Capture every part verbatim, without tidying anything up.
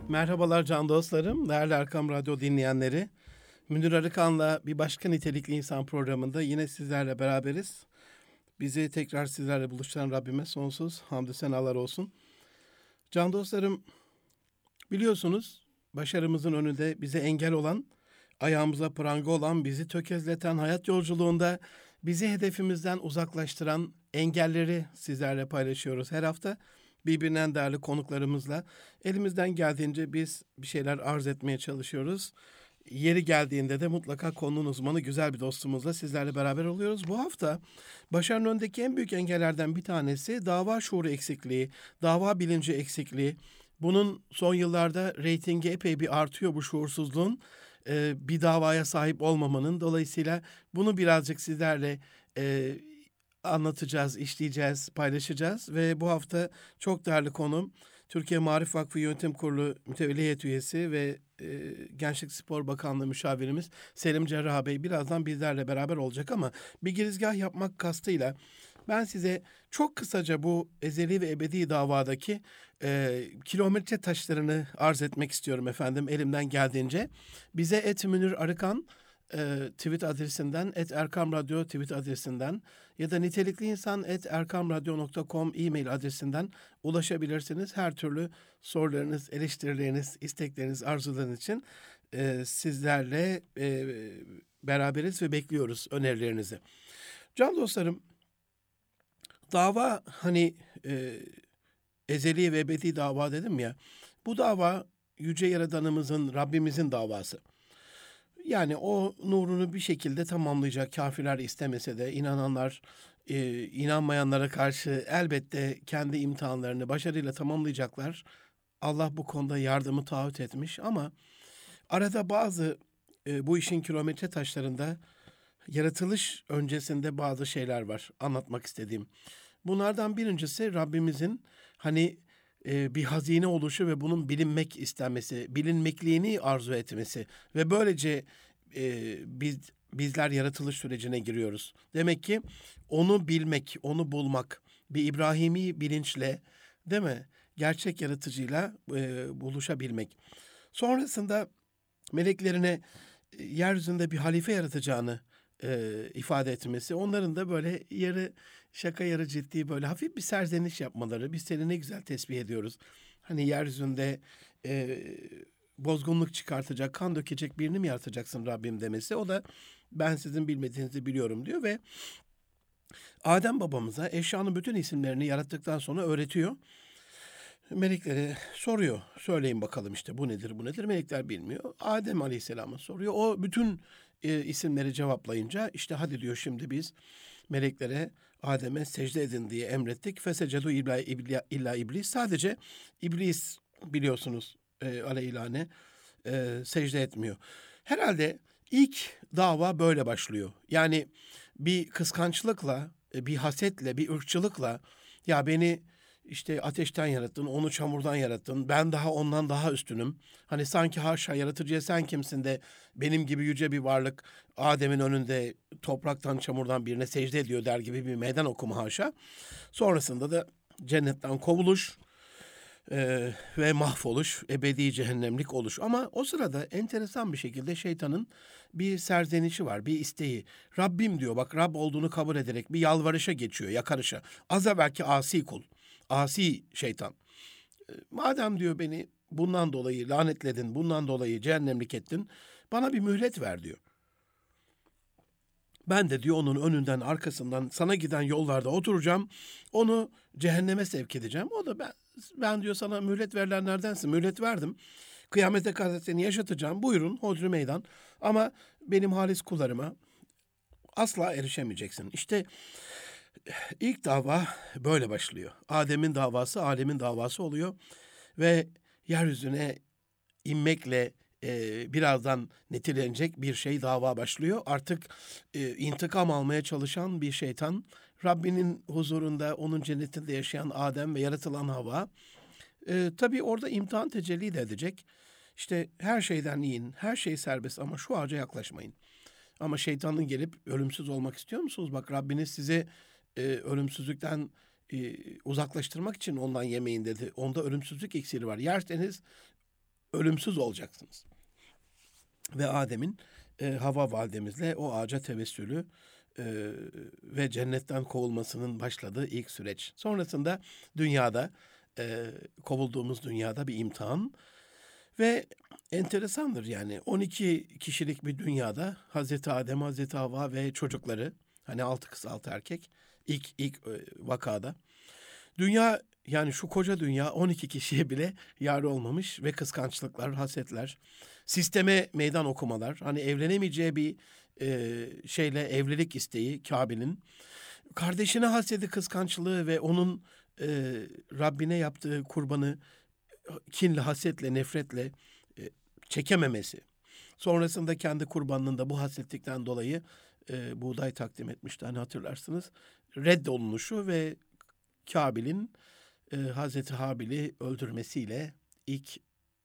Merhabalar can dostlarım, değerli Erkam Radyo dinleyenleri. Münir Arıkan'la Bir Başka Nitelikli İnsan programında yine sizlerle beraberiz. Bizi tekrar sizlerle buluşturan Rabbime sonsuz hamdü senalar olsun. Can dostlarım, biliyorsunuz başarımızın önünde bize engel olan, ayağımıza pranga olan, bizi tökezleten hayat yolculuğunda bizi hedefimizden uzaklaştıran engelleri sizlerle paylaşıyoruz her hafta. Birbirinden değerli konuklarımızla elimizden geldiğince biz bir şeyler arz etmeye çalışıyoruz. Yeri geldiğinde de mutlaka konunun uzmanı güzel bir dostumuzla sizlerle beraber oluyoruz. Bu hafta başarının önündeki en büyük engellerden bir tanesi dava şuuru eksikliği, dava bilinci eksikliği. Bunun son yıllarda reytingi epey bir artıyor bu şuursuzluğun. Ee, bir davaya sahip olmamanın. Dolayısıyla bunu birazcık sizlerle e, anlatacağız, işleyeceğiz, paylaşacağız. Ve bu hafta çok değerli konuğum Türkiye Maarif Vakfı Yönetim Kurulu Mütevelli Heyet Üyesi ve e, Gençlik Spor Bakanlığı Müşavirimiz Selim Cerrah Bey birazdan bizlerle beraber olacak ama bir girizgah yapmak kastıyla ben size çok kısaca bu ezeli ve ebedi davadaki e, kilometre taşlarını arz etmek istiyorum efendim elimden geldiğince. Bize et Münir Arıkan e, tweet adresinden, et Erkam Radyo tweet adresinden ya da nitelikli insan et erkamradyo nokta com e-mail adresinden ulaşabilirsiniz. Her türlü sorularınız, eleştirileriniz, istekleriniz, arzularınız için e, sizlerle e, beraberiz ve bekliyoruz önerilerinizi. Can dostlarım, dava hani e, ezeli ve ebedi dava dedim ya, bu dava Yüce Yaradanımızın, Rabbimizin davası. Yani o nurunu bir şekilde tamamlayacak, kafirler istemese de inananlar, e, inanmayanlara karşı elbette kendi imtihanlarını başarıyla tamamlayacaklar. Allah bu konuda yardımı taahhüt etmiş ama arada bazı e, bu işin kilometre taşlarında yaratılış öncesinde bazı şeyler var anlatmak istediğim. Bunlardan birincisi Rabbimizin hani e, bir hazine oluşu ve bunun bilinmek istenmesi, bilinmekliğini arzu etmesi ve böylece e, biz bizler yaratılış sürecine giriyoruz. Demek ki onu bilmek, onu bulmak, bir İbrahimi bilinçle, değil mi? Gerçek yaratıcıyla e, buluşabilmek. Sonrasında meleklerine e, yeryüzünde bir halife yaratacağını e, ifade etmesi, onların da böyle yarı şaka yarı ciddi böyle hafif bir serzeniş yapmaları, biz seni ne güzel tesbih ediyoruz. Hani yeryüzünde e, bozgunluk çıkartacak, kan dökecek birini mi yaratacaksın Rabbim demesi, o da ben sizin bilmediğinizi biliyorum diyor ve Adem babamıza eşyanın bütün isimlerini yarattıktan sonra öğretiyor. Meleklere soruyor. Söyleyin bakalım işte bu nedir bu nedir. Melekler bilmiyor. Adem Aleyhisselam'a soruyor. O bütün e, isimleri cevaplayınca işte hadi diyor şimdi biz meleklere Adem'e secde edin diye emrettik. Fesecedu illa, illa, illa iblis. Sadece iblis biliyorsunuz e, aleyhilâne e, secde etmiyor. Herhalde ilk dava böyle başlıyor. Yani bir kıskançlıkla, e, bir hasetle, bir ırkçılıkla ya beni işte ateşten yarattın, onu çamurdan yarattın. Ben daha ondan daha üstünüm. Hani sanki haşa yaratıcıya sen kimsin de benim gibi yüce bir varlık Adem'in önünde topraktan çamurdan birine secde ediyor der gibi bir meydan okuma haşa. Sonrasında da cennetten kovuluş e, ve mahvoluş, ebedi cehennemlik oluş. Ama o sırada enteresan bir şekilde şeytanın bir serzenişi var, bir isteği. Rabbim diyor, bak Rab olduğunu kabul ederek bir yalvarışa geçiyor, yakarışa. Az evvelki asi kul. Asi şeytan. E, Madem diyor beni bundan dolayı lanetledin, bundan dolayı cehennemlik ettin, bana bir mühlet ver diyor. Ben de diyor onun önünden arkasından sana giden yollarda oturacağım. Onu cehenneme sevk edeceğim. O da ben, ben diyor sana mühlet verilenlerdensin. Mühlet verdim. Kıyamete kadar seni yaşatacağım. Buyurun hodri meydan. Ama benim halis kullarıma asla erişemeyeceksin. İşte İlk dava böyle başlıyor. Adem'in davası, alemin davası oluyor ve yeryüzüne inmekle e, birazdan neticelenecek bir şey dava başlıyor. Artık e, intikam almaya çalışan bir şeytan, Rabbinin huzurunda, onun cennetinde yaşayan Adem ve yaratılan Havva, e, tabii orada imtihan tecelli de edecek. İşte her şeyden yiyin, her şey serbest ama şu ağaca yaklaşmayın. Ama şeytanın gelip ölümsüz olmak istiyor musunuz? Bak Rabbiniz sizi e, ölümsüzlükten e, uzaklaştırmak için ondan yemeyin dedi. Onda ölümsüzlük iksiri var. Yerseniz ölümsüz olacaksınız. Ve Adem'in e, Havva validemizle o ağaca tevessülü e, ve cennetten kovulmasının başladığı ilk süreç. Sonrasında dünyada, e, kovulduğumuz dünyada bir imtihan ve enteresandır yani on iki kişilik bir dünyada Hazreti Adem, Hazreti Havva ve çocukları, hani altı kız altı erkek ilk ilk e, vakada. Dünya, yani şu koca dünya on iki kişiye bile yar olmamış ve kıskançlıklar, hasetler, sisteme meydan okumalar, hani evlenemeyeceği bir e, şeyle evlilik isteği Kabil'in, kardeşine hasedi, kıskançlığı ve onun e, Rabbine yaptığı kurbanı kinle, hasetle, nefretle e, çekememesi. Sonrasında kendi kurbanının da bu hasetlikten dolayı e, buğday takdim etmişti, hani hatırlarsınız. Reddolunuşu ve Kabil'in e, Hazreti Habil'i öldürmesiyle ilk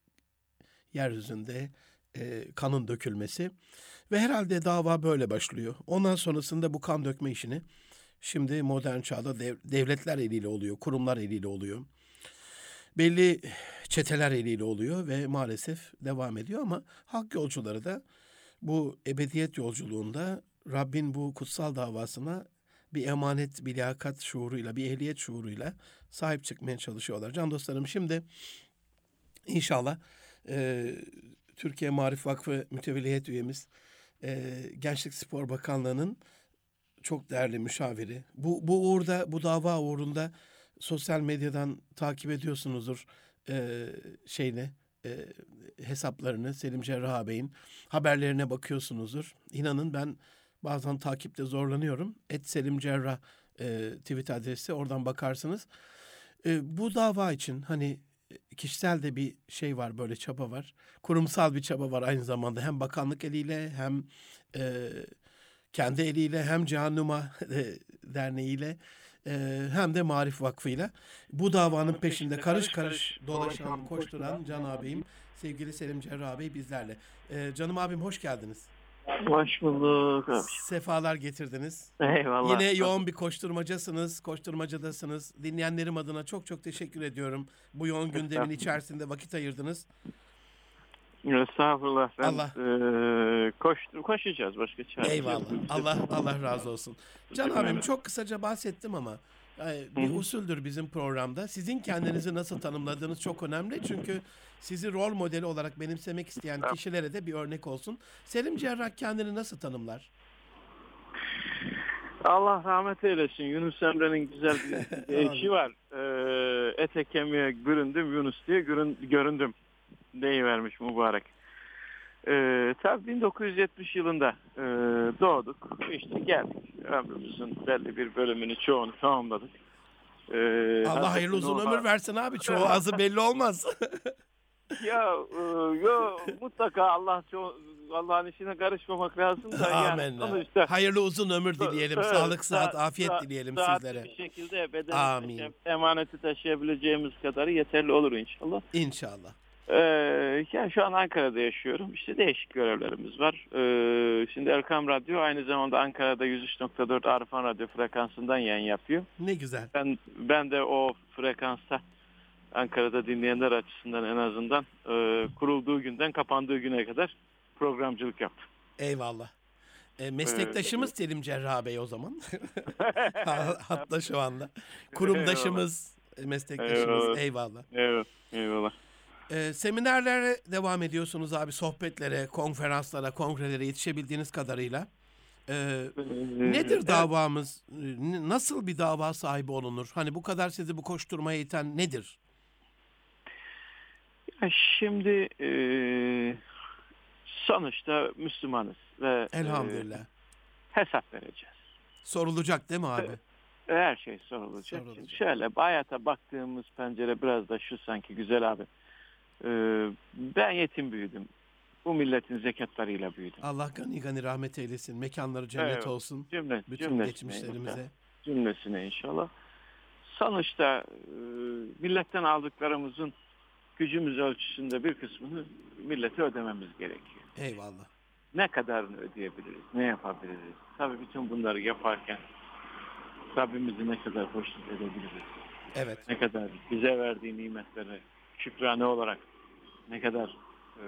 yeryüzünde e, kanın dökülmesi ve herhalde dava böyle başlıyor. Ondan sonrasında bu kan dökme işini şimdi modern çağda dev, devletler eliyle oluyor, kurumlar eliyle oluyor. Belli çeteler eliyle oluyor ve maalesef devam ediyor ama hak yolcuları da bu ebediyet yolculuğunda Rabbin bu kutsal davasına bir emanet, bir liyakat şuuruyla, bir ehliyet şuuruyla sahip çıkmaya çalışıyorlar. Can dostlarım, şimdi inşallah e, Türkiye Marif Vakfı Mütevelliyet üyemiz, e, Gençlik Spor Bakanlığı'nın çok değerli müşaviri. Bu, bu uğurda, bu dava uğrunda sosyal medyadan takip ediyorsunuzdur e, şeyini, e, hesaplarını, Selim Cerrah Bey'in haberlerine bakıyorsunuzdur. İnanın ben bazen takipte zorlanıyorum. Et Selim Cerrah e, tweet adresi, oradan bakarsınız. E, bu dava için hani kişisel de bir şey var, böyle çaba var. Kurumsal bir çaba var aynı zamanda. Hem bakanlık eliyle hem e, kendi eliyle, hem Cehannuma Derneği'yle e, hem de Marif Vakfı'yla bu davanın peşinde karış karış dolaşan, koşturan Can ağabeyim, sevgili Selim Cerrah Bey bizlerle. E, canım abim, hoş geldiniz. Hoş bulduk abi. Sefalar getirdiniz. Eyvallah. Yine yoğun bir koşturmacasınız, koşturmacadasınız. Dinleyenlerim adına çok çok teşekkür ediyorum. Bu yoğun gündemin içerisinde vakit ayırdınız. Estağfurullah. Ben, Allah. E, koş, koşacağız başka çare. Eyvallah. Allah Allah razı olsun. Can abim, çok kısaca bahsettim ama yani bir Hı hı. usuldür bizim programda. Sizin kendinizi nasıl tanımladığınız çok önemli. Çünkü sizi rol modeli olarak benimsemek isteyen kişilere de bir örnek olsun. Selim Cerrah kendini nasıl tanımlar? Allah rahmet eylesin. Yunus Emre'nin güzel bir deyişi var. E, ete kemiğe büründüm Yunus diye görün, göründüm deyivermiş mübarek. E, tabii bin dokuz yüz yetmiş yılında e, doğduk. İşte geldik. Ömrümüzün belli bir bölümünü, çoğunu tamamladık. E, Allah hayırlı uzun ömür versin abi. Çoğu azı belli olmaz. Ya e, yo mutlaka Allah ço- Allah'ın işine karışmamak lazım da yani Amenna. sonuçta Hayırlı uzun ömür dileyelim. Evet, Sağlık, sıhhat, sa- afiyet sa- dileyelim saatli sizlere. bir şekilde bedeni Amin. taşıya- emaneti taşıyabileceğimiz kadarı yeterli olur inşallah. İnşallah. Ee, yani şu an Ankara'da yaşıyorum. İşte değişik görevlerimiz var. Ee, şimdi Erkam Radyo aynı zamanda Ankara'da yüz üç nokta dört Arifan Radyo frekansından yayın yapıyor. Ne güzel. Ben ben de o frekansta Ankara'da dinleyenler açısından en azından e, kurulduğu günden kapandığı güne kadar programcılık yaptım. Eyvallah. E, meslektaşımız Evet. Selim Cerrah Bey o zaman. Hatta şu anda. Kurumdaşımız, meslektaşımız. Eyvallah. Eyvallah. Evet, eyvallah. E, seminerlere devam ediyorsunuz abi. Sohbetlere, konferanslara, kongrelere yetişebildiğiniz kadarıyla. E, nedir Evet. davamız? N- Nasıl bir dava sahibi olunur? Hani bu kadar sizi bu koşturmaya iten nedir? Ya şimdi e, sonuçta Müslümanız ve e, Elhamdülillah. hesap vereceğiz. Sorulacak değil mi abi? Her şey sorulacak. Sorulacak. Şimdi şöyle hayata baktığımız pencere biraz da şu sanki güzel abi. E, ben yetim büyüdüm. Bu milletin zekatlarıyla büyüdüm. Allah gani gani rahmet eylesin. Mekanları cennet Evet. olsun. Cümle, Bütün cümlesine geçmişlerimize. inşallah. Cümlesine inşallah. Sonuçta e, milletten aldıklarımızın gücümüz ölçüsünde bir kısmını millete ödememiz gerekiyor. Eyvallah. Ne kadarını ödeyebiliriz, ne yapabiliriz? Tabii bütün bunları yaparken Rabbimizi ne kadar hoşnut edebiliriz? Evet. Ne kadar bize verdiği nimetleri şükrane olarak ne kadar e,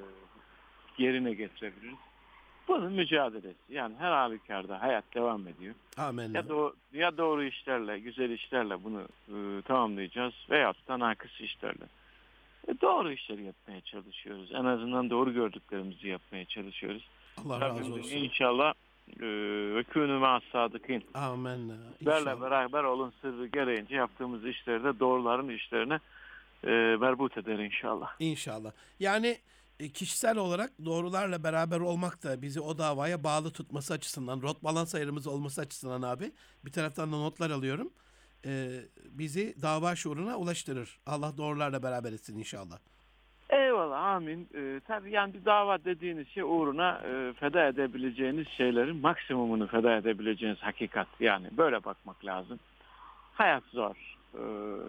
yerine getirebiliriz? Bunun mücadelesi. Yani her halükarda hayat devam ediyor. Amenna. Ya, doğru, ya doğru işlerle, güzel işlerle bunu e, tamamlayacağız veyahut da nakıs işlerle. E, doğru işleri yapmaya çalışıyoruz. En azından doğru gördüklerimizi yapmaya çalışıyoruz. Allah razı Rabbim de olsun. inşallah ve kûnü ma'as sadıkîn. Amenna. Berle İnşallah. beraber olun sırrı gereğince yaptığımız işleri de doğruların işlerine e, berbut eder inşallah. İnşallah. Yani e, kişisel olarak doğrularla beraber olmak da bizi o davaya bağlı tutması açısından, rot balans ayarımız olması açısından abi. Bir taraftan da notlar alıyorum. E, bizi dava şuuruna ulaştırır. Allah doğrularla beraber etsin inşallah. Eyvallah, amin. Ee, tabii yani bir dava dediğiniz şey uğruna e, feda edebileceğiniz şeylerin maksimumunu feda edebileceğiniz hakikat. Yani böyle bakmak lazım. Hayat zor. Ee,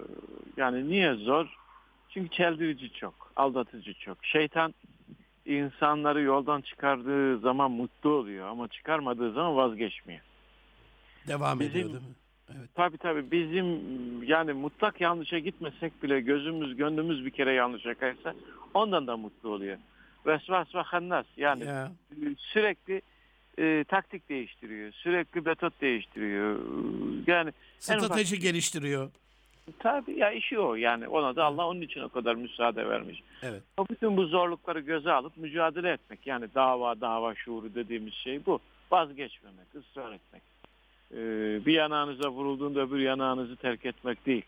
yani niye zor? Çünkü çeldirici çok, aldatıcı çok. Şeytan insanları yoldan çıkardığı zaman mutlu oluyor ama çıkarmadığı zaman vazgeçmiyor. Devam ediyor Bizim değil mi? Evet. tabii tabii bizim yani mutlak yanlışa gitmesek bile gözümüz gönlümüz bir kere yanlışa kaysa ondan da mutlu oluyor. Vesvas ve hannas yani Ya. sürekli e, taktik değiştiriyor. Sürekli metot değiştiriyor. Yani en ufak Strateji geliştiriyor. tabii ya işi o yani ona da Evet. Allah onun için o kadar müsaade vermiş. Evet. O bütün bu zorlukları göze alıp mücadele etmek yani dava dava şuuru dediğimiz şey bu. Vazgeçmemek, ısrar etmek. Ee, bir yanağınıza vurulduğunda öbür yanağınızı terk etmek değil.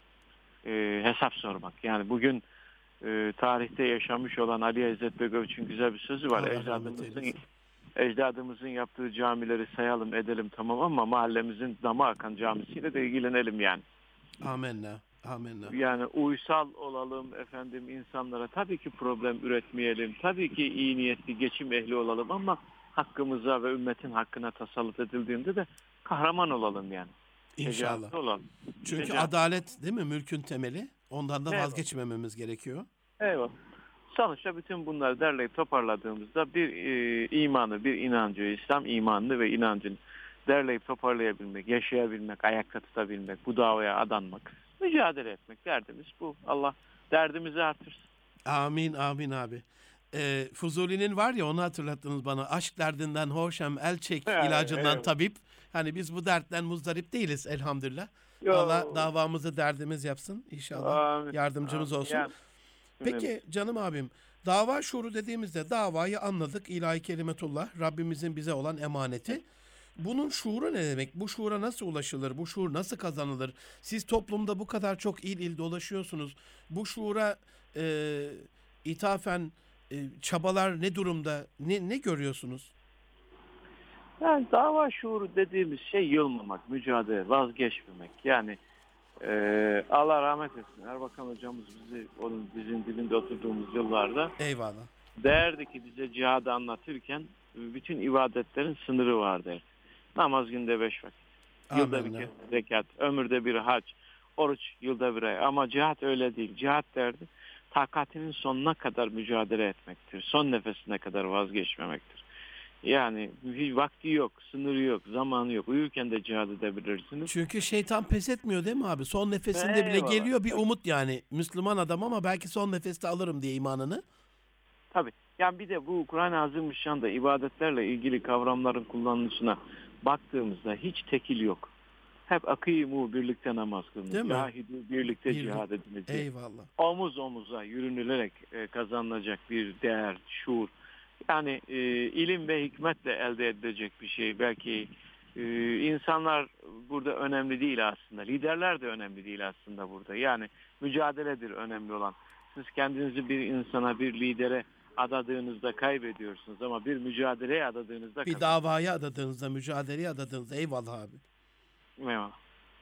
Ee, hesap sormak. Yani bugün e, tarihte yaşamış olan Ali İzzet Begoviç'in güzel bir sözü var. Allah rahmet Ecdadımızın eylesin. ecdadımızın yaptığı camileri sayalım edelim tamam ama mahallemizin dama akan camisiyle de ilgilenelim yani. Amenna. Amenna. Yani uysal olalım efendim insanlara. Tabii ki problem üretmeyelim. Tabii ki iyi niyetli geçim ehli olalım ama hakkımıza ve ümmetin hakkına tasallut edildiğinde de kahraman olalım yani. İnşallah. Şecaatli olalım. Çünkü Şecaat. adalet değil mi mülkün temeli? Ondan da Evet. vazgeçmememiz gerekiyor. Eyvallah. Sonuçta bütün bunları derleyip toparladığımızda bir e, imanı, bir inancı, İslam imanını ve inancını derleyip toparlayabilmek, yaşayabilmek, ayakta tutabilmek, bu davaya adanmak, mücadele etmek derdimiz bu. Allah derdimizi artırsın. Amin amin abi. Ee, Fuzuli'nin var ya onu hatırlattınız bana. Aşk derdinden hoşem el çek ilacından Evet. tabip. Hani biz bu dertten muzdarip değiliz elhamdülillah. Yo. Allah davamızı derdimiz yapsın inşallah. Amin. Yardımcımız Amin. olsun. Yani, Peki canım abim dava şuuru dediğimizde davayı anladık. İlahi kelimetullah Rabbimizin bize olan emaneti. Bunun şuuru ne demek? Bu şuura nasıl ulaşılır? Bu şuur nasıl kazanılır? Siz toplumda bu kadar çok il il dolaşıyorsunuz. Bu şuura e, ithafen e, çabalar ne durumda? Ne, ne görüyorsunuz? yani dava şuuru dediğimiz şey yılmamak, mücadele, vazgeçmemek. Yani e, Allah rahmet etsin. Erbakan hocamız bizi onun bizim dilinde oturduğumuz yıllarda Eyvallah. derdi ki bize cihadı anlatırken bütün ibadetlerin sınırı var derdi. Namaz günde beş vakit. Yılda bir Amenna. kez zekat, ömürde bir hac, oruç yılda bir ay. Ama cihat öyle değil. Cihat derdi takatinin sonuna kadar mücadele etmektir. Son nefesine kadar vazgeçmemektir. Yani bir vakti yok, sınırı yok, zamanı yok. Uyurken de cihad edebilirsiniz. Çünkü şeytan pes etmiyor değil mi abi? Son nefesinde bile Eyvallah. geliyor bir umut yani. Müslüman adam ama belki son nefeste alırım diye imanını. Tabii. Yani bir de bu Kur'an-ı Azimüşşan'da ibadetlerle ilgili kavramların kullanılışına baktığımızda hiç tekil yok. Hep akimu birlikte namaz kılınız. Değil mi? Cahidu birlikte Birlik. cihad ediniz diye. Eyvallah. Omuz omuza yürünülerek e, kazanılacak bir değer, şuur. Yani e, ilim ve hikmetle elde edilecek bir şey. Belki e, insanlar burada önemli değil aslında. Liderler de önemli değil aslında burada. Yani mücadeledir önemli olan. Siz kendinizi bir insana, bir lidere adadığınızda kaybediyorsunuz ama bir mücadeleye adadığınızda Bir kazanıyorsunuz. davaya adadığınızda, mücadeleye adadığınızda eyvallah abi. Eyvallah.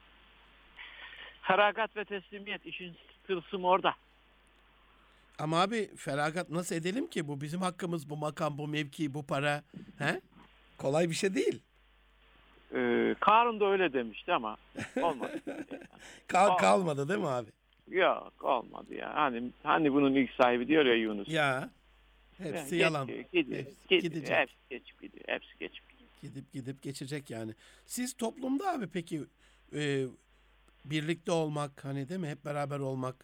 Feragat ve teslimiyet işin tılsımı orada. Ama abi feragat nasıl edelim ki? Bu bizim hakkımız, bu makam, bu mevki, bu para. He? Kolay bir şey değil. Ee, Karun da öyle demişti ama olmadı. Kal Aa. kalmadı değil mi abi? Yok olmadı ya. Hani hani bunun ilk sahibi diyor ya Yunus. Ya hepsi Yani yalan. geçiyor, gidiyor, Hepsi gidiyor, gidecek. Hepsi geçip gidiyor. Hepsi geçip gidiyor. Gidip gidip geçecek yani. Siz toplumda abi peki e, birlikte olmak hani değil mi? Hep beraber olmak,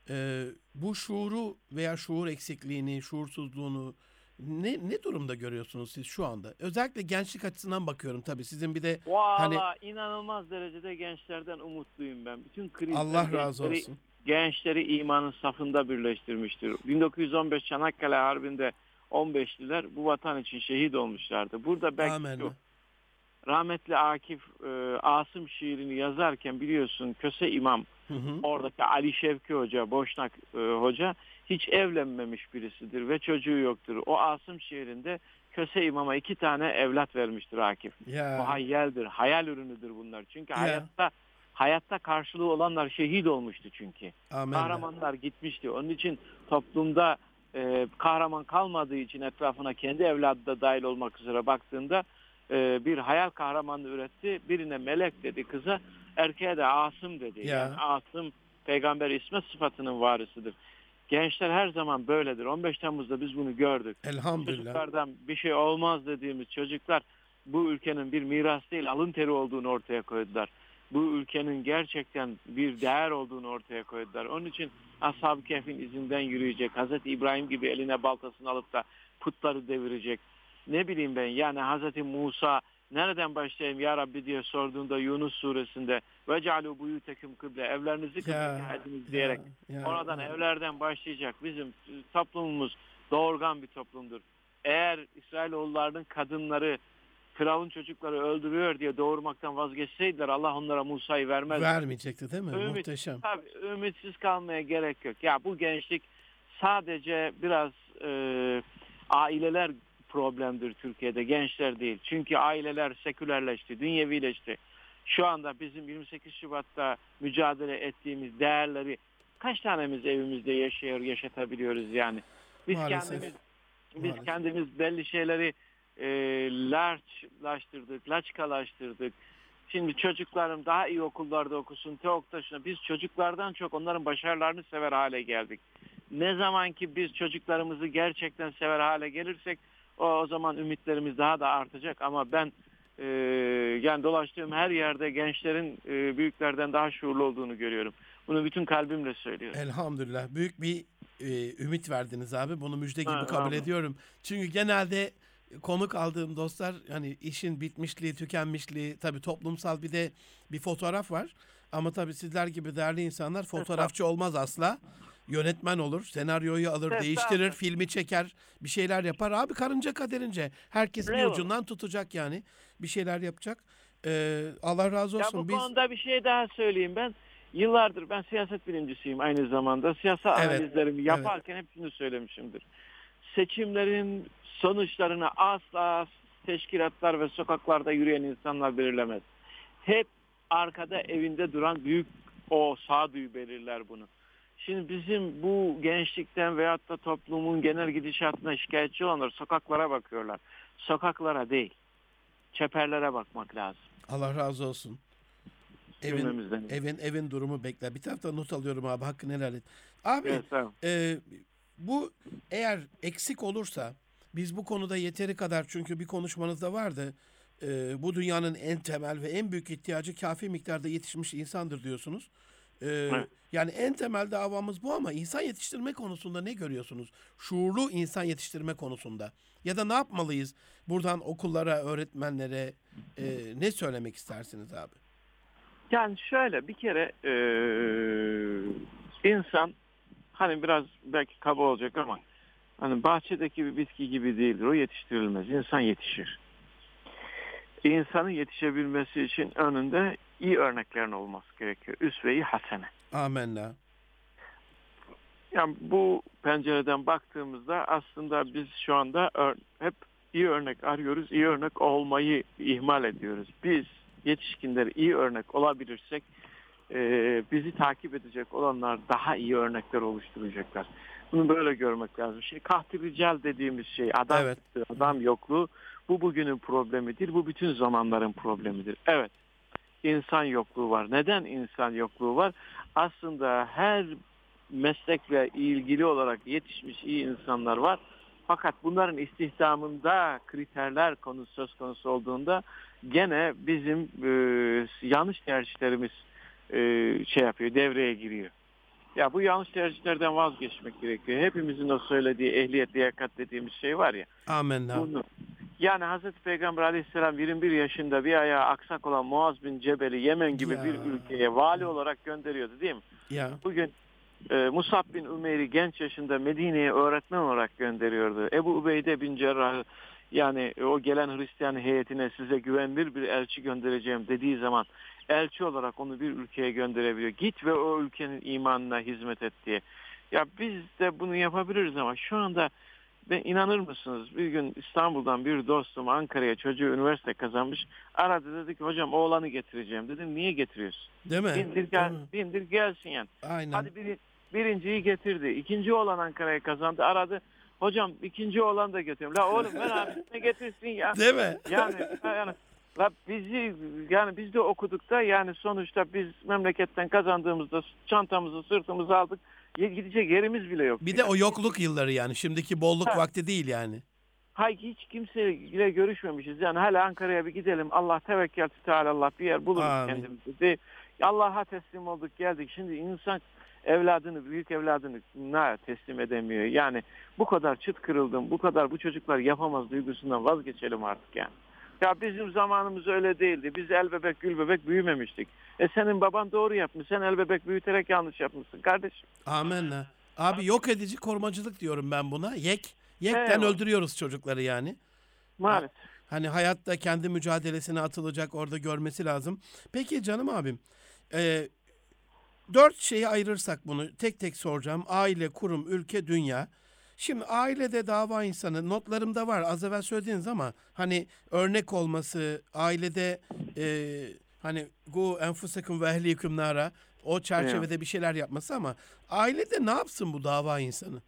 Ee, bu şuuru veya şuur eksikliğini, şuursuzluğunu ne ne durumda görüyorsunuz siz şu anda? Özellikle gençlik açısından bakıyorum tabii. Sizin bir de hani Valla inanılmaz derecede gençlerden umutluyum ben. Bütün krizler Allah razı gençleri, olsun. gençleri imanın safında birleştirmiştir. bin dokuz yüz on beş Çanakkale Harbi'nde on beşliler bu vatan için şehit olmuşlardı. Burada belki şu, Amenna. rahmetli Akif e, Asım şiirini yazarken biliyorsun Köse İmam, Hı hı. oradaki Ali Şevki Hoca, Boşnak e, Hoca hiç evlenmemiş birisidir ve çocuğu yoktur. O Asım şiirinde Köse İmam'a iki tane evlat vermiştir Akif. Ya Muhayyeldir, hayal ürünüdür bunlar. Çünkü ya hayatta hayatta karşılığı olanlar şehit olmuştu çünkü. amenna. Kahramanlar gitmişti. Onun için toplumda e, kahraman kalmadığı için etrafına kendi evladı da dahil olmak üzere baktığında e, bir hayal kahramanı üretti. Birine Melek dedi kıza, erkeğe de Asım dedi. Ya Yani Asım peygamber ismet sıfatının varısıdır. Gençler her zaman böyledir. on beş Temmuz'da biz bunu gördük. elhamdülillah. Çocuklardan bir şey olmaz dediğimiz çocuklar bu ülkenin bir miras değil alın teri olduğunu ortaya koydular. Bu ülkenin gerçekten bir değer olduğunu ortaya koydular. Onun için Ashab-ı Kehf'in izinden yürüyecek. Hazreti İbrahim gibi eline baltasını alıp da putları devirecek. Ne bileyim ben yani Hazreti Musa nereden başlayayım ya Rabbi diye sorduğunda Yunus suresinde وَجَعَلُوا بُيُوتَكُمْ kıble evlerinizi kıble Ya ediniz ya diyerek ya oradan ya. evlerden başlayacak. Bizim toplumumuz doğurgan bir toplumdur. Eğer İsrailoğullarının kadınları Firavun çocukları öldürüyor diye doğurmaktan vazgeçseydiler Allah onlara Musa'yı vermezdi. Vermeyecekti değil mi? Ümit, Muhteşem. tabii ümitsiz kalmaya gerek yok. Ya bu gençlik sadece biraz e, aileler problemdir Türkiye'de, gençler değil. Çünkü aileler sekülerleşti, dünyevileşti. Şu anda bizim yirmi sekiz Şubat'ta mücadele ettiğimiz değerleri kaç tanemiz evimizde yaşıyor, yaşatabiliyoruz yani. Biz Maalesef. kendimiz biz Maalesef. kendimiz belli şeyleri e, larçlaştırdık, laçkalaştırdık. Şimdi çocuklarım daha iyi okullarda okusun, TEOK'ta biz çocuklardan çok onların başarılarını sever hale geldik. Ne zaman ki biz çocuklarımızı gerçekten sever hale gelirsek o, o zaman ümitlerimiz daha da artacak. Ama ben e, yani dolaştığım her yerde gençlerin e, büyüklerden daha şuurlu olduğunu görüyorum. Bunu bütün kalbimle söylüyorum. Elhamdülillah. Büyük bir e, ümit verdiniz abi. Bunu müjde gibi Ha, kabul amin. ediyorum. Çünkü genelde konuk aldığım dostlar hani işin bitmişliği, tükenmişliği, tabii toplumsal bir de bir fotoğraf var. Ama tabii sizler gibi değerli insanlar fotoğrafçı olmaz asla. Yönetmen olur, senaryoyu alır, değiştirir, Estağfurullah. filmi çeker, bir şeyler yapar. Abi karınca kaderince herkes bir Eyvallah. ucundan tutacak yani. Bir şeyler yapacak. Ee, Allah razı Ya bu olsun. Biz konuda bir şey daha söyleyeyim ben. Yıllardır ben siyaset bilimcisiyim aynı zamanda. Siyasal evet, analizlerimi evet. yaparken hep şunu söylemişimdir. Seçimlerin sonuçlarını asla teşkilatlar ve sokaklarda yürüyen insanlar belirlemez. Hep arkada evinde duran büyük o sağduyu belirler bunu. Şimdi bizim bu gençlikten veyahut da toplumun genel gidişatına şikayetçi olanlar sokaklara bakıyorlar. Sokaklara değil, çeperlere bakmak lazım. Allah razı olsun. Evin Cümlemizden. evin evin durumu bekler. Bir taraftan not alıyorum abi. Hakkını helal et. Abi Evet, tamam. e, bu eğer eksik olursa biz bu konuda yeteri kadar çünkü bir konuşmanızda vardı. E, bu dünyanın en temel ve en büyük ihtiyacı kafi miktarda yetişmiş insandır diyorsunuz. E, Evet. yani en temel davamız bu ama insan yetiştirme konusunda ne görüyorsunuz? Şuurlu insan yetiştirme konusunda. Ya da ne yapmalıyız? Buradan okullara, öğretmenlere e, ne söylemek istersiniz abi? Yani şöyle bir kere eee, insan hani biraz belki kaba olacak ama hani bahçedeki bir bitki gibi değildir. O yetiştirilmez. İnsan yetişir. İnsanın yetişebilmesi için önünde iyi örneklerin olması gerekiyor. Üsve-i hasene. Amenna. Yani bu pencereden baktığımızda aslında biz şu anda ör- hep iyi örnek arıyoruz. İyi örnek olmayı ihmal ediyoruz. Biz yetişkinler iyi örnek olabilirsek e, bizi takip edecek olanlar daha iyi örnekler oluşturacaklar. Bunu böyle görmek lazım. Şey, kahti rical dediğimiz şey adam Evet. kıtlığı, adam yokluğu bu bugünün problemidir. Bu bütün zamanların problemidir. Evet. İnsan yokluğu var. Neden insan yokluğu var? Aslında her meslekle ilgili olarak yetişmiş iyi insanlar var. Fakat bunların istihdamında kriterler konusu söz konusu olduğunda gene bizim e, yanlış tercihlerimiz e, şey yapıyor, devreye giriyor. Ya bu yanlış tercihlerden vazgeçmek gerekiyor. Hepimizin o söylediği ehliyet, liyakat dediğimiz şey var ya. Amenna. Bunu, yani Hazreti Peygamber Aleyhisselam yirmi bir yaşında bir ayağı aksak olan Muaz bin Cebel'i Yemen gibi Ya. bir ülkeye vali olarak gönderiyordu değil mi? Ya. Bugün e, Musab bin Ümeyr'i genç yaşında Medine'ye öğretmen olarak gönderiyordu. Ebu Ubeyde bin Cerrah, yani o gelen Hristiyan heyetine size güvenilir bir elçi göndereceğim dediği zaman elçi olarak onu bir ülkeye gönderebiliyor. Git ve o ülkenin imanına hizmet et diye. Ya biz de bunu yapabiliriz ama şu anda ve inanır mısınız, bir gün İstanbul'dan bir dostum Ankara'ya, çocuğu üniversite kazanmış, aradı, dedi ki hocam oğlanı getireceğim. Dedim niye getiriyorsun? Değil mi? Bindir, gel, bindir gelsin yani. Aynen. Hadi bir, birinciyi getirdi. İkinci oğlan Ankara'ya kazandı. Aradı. Hocam ikinci oğlan da getiriyorum. La oğlum ver abisine getirsin ya. Değil mi? Yani, yani la bizi yani biz de okuduk da, yani sonuçta biz memleketten kazandığımızda çantamızı sırtımıza aldık. Gidecek yerimiz bile yok. Bir de o yokluk yılları yani. Şimdiki bolluk Ha. vakti değil yani. Hay hiç kimseyle görüşmemişiz. Yani hala Ankara'ya bir gidelim. Allah tevekkül teala Allah bir yer buluruz Amin. kendimizi. De, Allah'a teslim olduk geldik. Şimdi insan evladını, büyük evladını ne teslim edemiyor. Yani bu kadar çıt kırıldım, bu kadar bu çocuklar yapamaz duygusundan vazgeçelim artık yani. Ya bizim zamanımız öyle değildi. Biz el bebek gül bebek büyümemiştik. E senin baban doğru yapmış. Sen el bebek büyüterek yanlış yapmışsın kardeşim. Amenna. Abi yok edici korumacılık diyorum ben buna. Yek. Yekten Eyvallah. öldürüyoruz çocukları yani. Maalesef. Hani hayatta kendi mücadelesine atılacak, orada görmesi lazım. Peki canım abim, e, dört şeye ayırırsak bunu tek tek soracağım. Aile, kurum, ülke, dünya. Şimdi ailede dava insanı notlarımda var, az evvel söylediğiniz ama hani örnek olması, ailede e, hani gu enfusekum ve ehlikum nara, o çerçevede bir şeyler yapması, ama ailede ne yapsın bu dava insanı?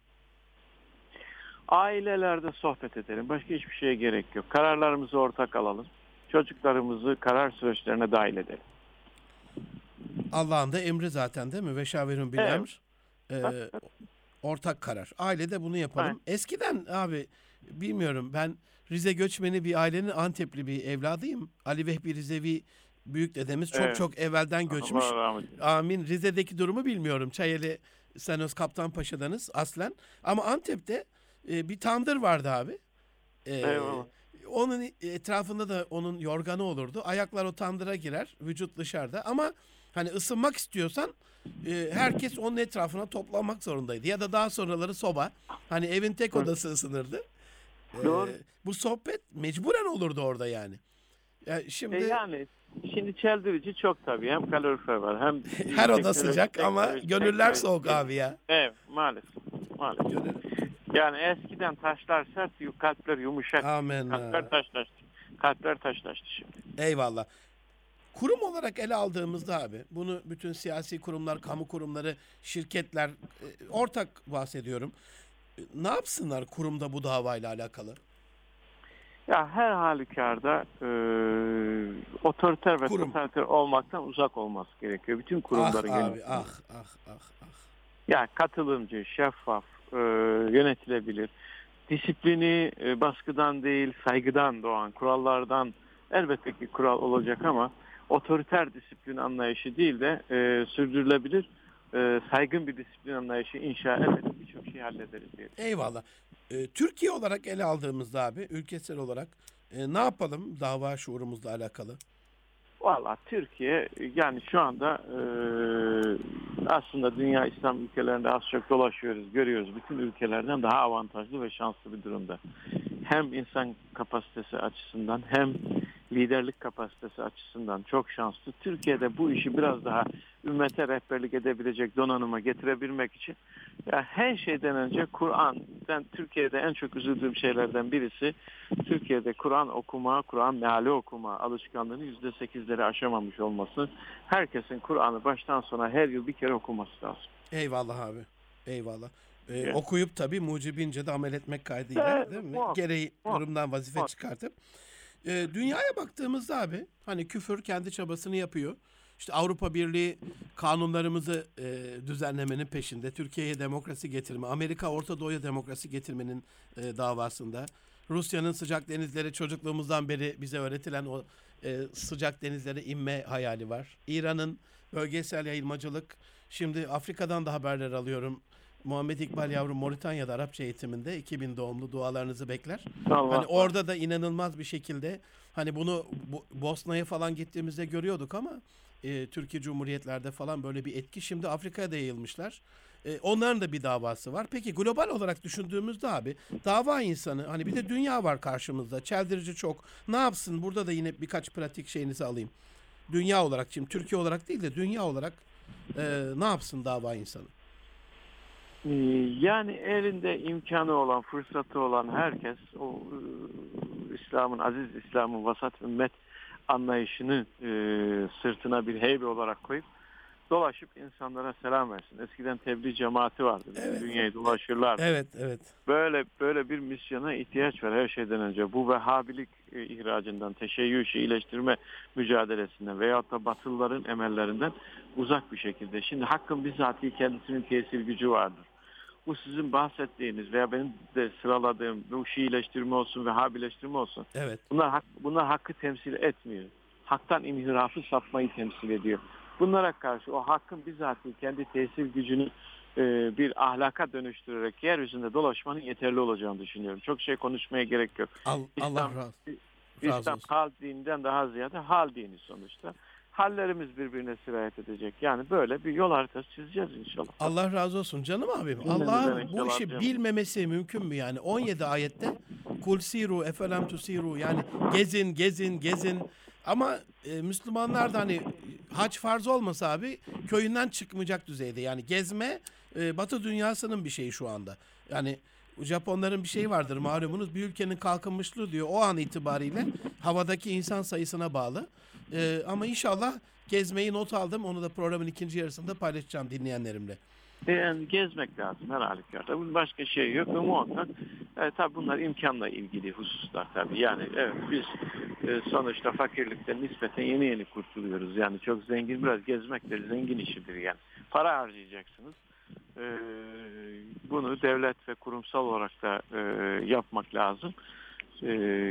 Ailelerde sohbet edelim. Başka hiçbir şeye gerek yok. Kararlarımızı ortak alalım. Çocuklarımızı karar süreçlerine dahil edelim. Allah'ın da emri zaten değil mi? Ve şavirun bil Evet. emr. Ee, ortak karar. Ailede bunu yapalım. Aynen. Eskiden abi bilmiyorum, ben Rize göçmeni bir ailenin Antepli bir evladıyım. Ali Vehbi Rizevi büyük dedemiz çok Evet. çok evvelden göçmüş. Allah rahmet eylesin. Amin. Rize'deki durumu bilmiyorum. Çayeli Senos Kaptanpaşa'danız aslen. Ama Antep'te e, bir tandır vardı abi. Ee, Eyvallah. onun etrafında da onun yorganı olurdu. Ayaklar o tandıra girer, vücut dışarıda. Ama hani ısınmak istiyorsan e, herkes onun etrafına toplanmak zorundaydı. Ya da daha sonraları soba. Hani evin tek odası ısınırdı. Ee, Doğru. Bu sohbet mecburen olurdu orada yani. Ya şimdi E yani şimdi çeldirici çok tabii. Hem kalorifer var hem her oda teknoloji- sıcak ama teknoloji- gönüller teknoloji- soğuk abi ya. Evet maalesef. Maalesef. Gönül. Yani eskiden taşlar sert, kalpler yumuşak. Amen. Kalpler taşlaştı. Kalpler taşlaştı şimdi. Eyvallah. Kurum olarak ele aldığımızda abi, bunu bütün siyasi kurumlar, kamu kurumları, şirketler, e, ortak bahsediyorum. E, Ne yapsınlar kurumda bu davayla alakalı? Ya her halükarda e, otoriter ve Kurum. totaliter olmaktan uzak olması gerekiyor. Bütün Ah kurumların abi, yönetimi. ah, ah, ah, ah. Ya katılımcı, şeffaf, e, yönetilebilir. Disiplini e, baskıdan değil, saygıdan doğan kurallardan elbette ki kural olacak ama otoriter disiplin anlayışı değil de e, sürdürülebilir, e, saygın bir disiplin anlayışı inşa ederek birçok şey hallederiz diye. Eyvallah. E, Türkiye olarak ele aldığımızda abi, ülkesel olarak e, ne yapalım dava şuurumuzla alakalı? Valla Türkiye yani şu anda e, aslında dünya İslam ülkelerinde az çok dolaşıyoruz, görüyoruz. Bütün ülkelerden daha avantajlı ve şanslı bir durumda. Hem insan kapasitesi açısından hem liderlik kapasitesi açısından çok şanslı. Türkiye'de bu işi biraz daha ümmete rehberlik edebilecek donanıma getirebilmek için ya her şeyden önce Kur'an. Ben Türkiye'de en çok üzüldüğüm şeylerden birisi Türkiye'de Kur'an okuma, Kur'an meali okuma alışkanlığını yüzde sekizleri aşamamış olması. Herkesin Kur'an'ı baştan sona her yıl bir kere okuması lazım. Eyvallah abi. Eyvallah. E, Evet. Okuyup tabii mucibince de amel etmek kaydıyla Evet, değil mi? muhakkak, Gereği muhakkak, durumdan vazife muhakkak. çıkartıp. E, dünyaya baktığımızda abi, hani küfür kendi çabasını yapıyor. İşte Avrupa Birliği kanunlarımızı e, düzenlemenin peşinde. Türkiye'ye demokrasi getirme, Amerika Orta Doğu'ya demokrasi getirmenin e, davasında. Rusya'nın sıcak denizlere çocukluğumuzdan beri bize öğretilen o e, sıcak denizlere inme hayali var. İran'ın bölgesel yayılmacılık, Şimdi Afrika'dan da haberler alıyorum. Muhammed İkbal yavrum Moritanya'da Arapça eğitiminde iki bin doğumlu, dualarınızı bekler. Allah Hani orada da inanılmaz bir şekilde hani bunu bu, Bosna'ya falan gittiğimizde görüyorduk ama e, Türkiye Cumhuriyetlerde falan böyle bir etki. Şimdi Afrika'ya da yayılmışlar. E, onların da bir davası var. Peki global olarak düşündüğümüzde abi dava insanı hani bir de dünya var karşımızda. Çeldirici çok. Ne yapsın? Burada da yine birkaç pratik şeyinizi alayım. Dünya olarak şimdi Türkiye olarak değil de dünya olarak e, ne yapsın dava insanı? Ee, Yani elinde imkanı olan, fırsatı olan herkes o e, İslam'ın, aziz İslam'ın vasat ümmet anlayışını e, sırtına bir heybe olarak koyup dolaşıp insanlara selam versin. Eskiden tebliğ cemaati vardı. Bütün Evet. dünyayı dolaşırlardı. Evet, evet. Böyle böyle bir misyona ihtiyaç var her şeyden önce. Bu Vehhabilik e, ihracından, teşeyyü iyileştirme mücadelesinden veyahut da Batılıların emellerinden uzak bir şekilde. Şimdi Hakk'ın bizatihi kendisinin tesir gücü vardır. Bu sizin bahsettiğiniz veya benim de sıraladığım bu Şiileştirme olsun, Vehhabileştirme olsun. Evet. Bunlar, hak, bunlar hakkı temsil etmiyor. Haktan inhirafı sapmayı temsil ediyor. Bunlara karşı o hakkın bizatihi kendi tesir gücünü e, bir ahlaka dönüştürerek yeryüzünde dolaşmanın yeterli olacağını düşünüyorum. Çok şey konuşmaya gerek yok. Al, Allah İslam, razı, razı İslam olsun. hal dininden daha ziyade hal dini sonuçta. Hallerimiz birbirine sirayet edecek. Yani böyle bir yol haritası çizeceğiz inşallah. Allah razı olsun canım abim. Cümlemizden Allah'ın bu inşallah işi canım. bilmemesi mümkün mü yani? on yedi ayette kul siru efelem tusiru yani gezin gezin gezin ama e, Müslümanlar da hani hac farz olmasa abi köyünden çıkmayacak düzeyde. Yani gezme e, Batı dünyasının bir şeyi şu anda. Yani Japonların bir şeyi vardır malumunuz. Bir ülkenin kalkınmışlığı diyor o an itibariyle havadaki insan sayısına bağlı. E, ama inşallah gezmeyi not aldım. Onu da programın ikinci yarısında paylaşacağım dinleyenlerimle. Yani gezmek lazım her halükarda. Bunun başka şey yok ve muhakkak e, tabii bunlar imkanla ilgili hususlar tabii. Yani evet biz e, sonuçta fakirlikten nispeten yeni yeni kurtuluyoruz. Yani çok zengin biraz gezmek de zengin işidir yani. Para harcayacaksınız. E, bunu devlet ve kurumsal olarak da e, yapmak lazım. E,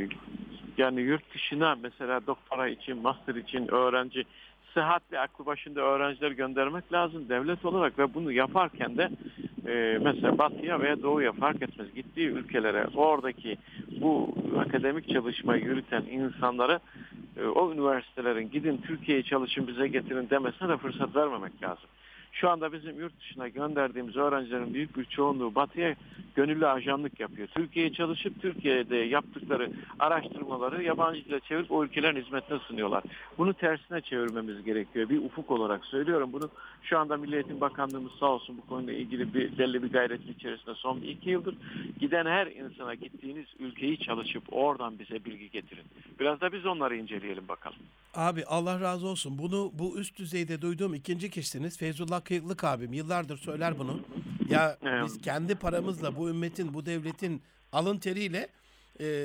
Yani yurt dışına mesela doktora için, master için öğrenci sıhhatli aklı başında öğrenciler göndermek lazım devlet olarak ve bunu yaparken de e, mesela batıya veya doğuya fark etmez gittiği ülkelere oradaki bu akademik çalışmayı yürüten insanlara e, o üniversitelerin gidin Türkiye'ye çalışın bize getirin demesine de fırsat vermemek lazım. Şu anda bizim yurt dışına gönderdiğimiz öğrencilerin büyük bir çoğunluğu batıya gönüllü ajanlık yapıyor. Türkiye'ye çalışıp Türkiye'de yaptıkları araştırmaları yabancı dile çevirip o ülkelerin hizmetine sunuyorlar. Bunu tersine çevirmemiz gerekiyor. Bir ufuk olarak söylüyorum. Bunu şu anda Milli Eğitim Bakanlığımız sağ olsun bu konuyla ilgili bir belli bir gayretin içerisinde son bir iki yıldır giden her insana gittiğiniz ülkeyi çalışıp oradan bize bilgi getirin. Biraz da biz onları inceleyelim bakalım. Abi Allah razı olsun. Bunu bu üst düzeyde duyduğum ikinci kişisiniz. Feyzullah Kıyıklık abim yıllardır söyler bunu. Ya Evet. biz kendi paramızla bu ümmetin, bu devletin alın teriyle e,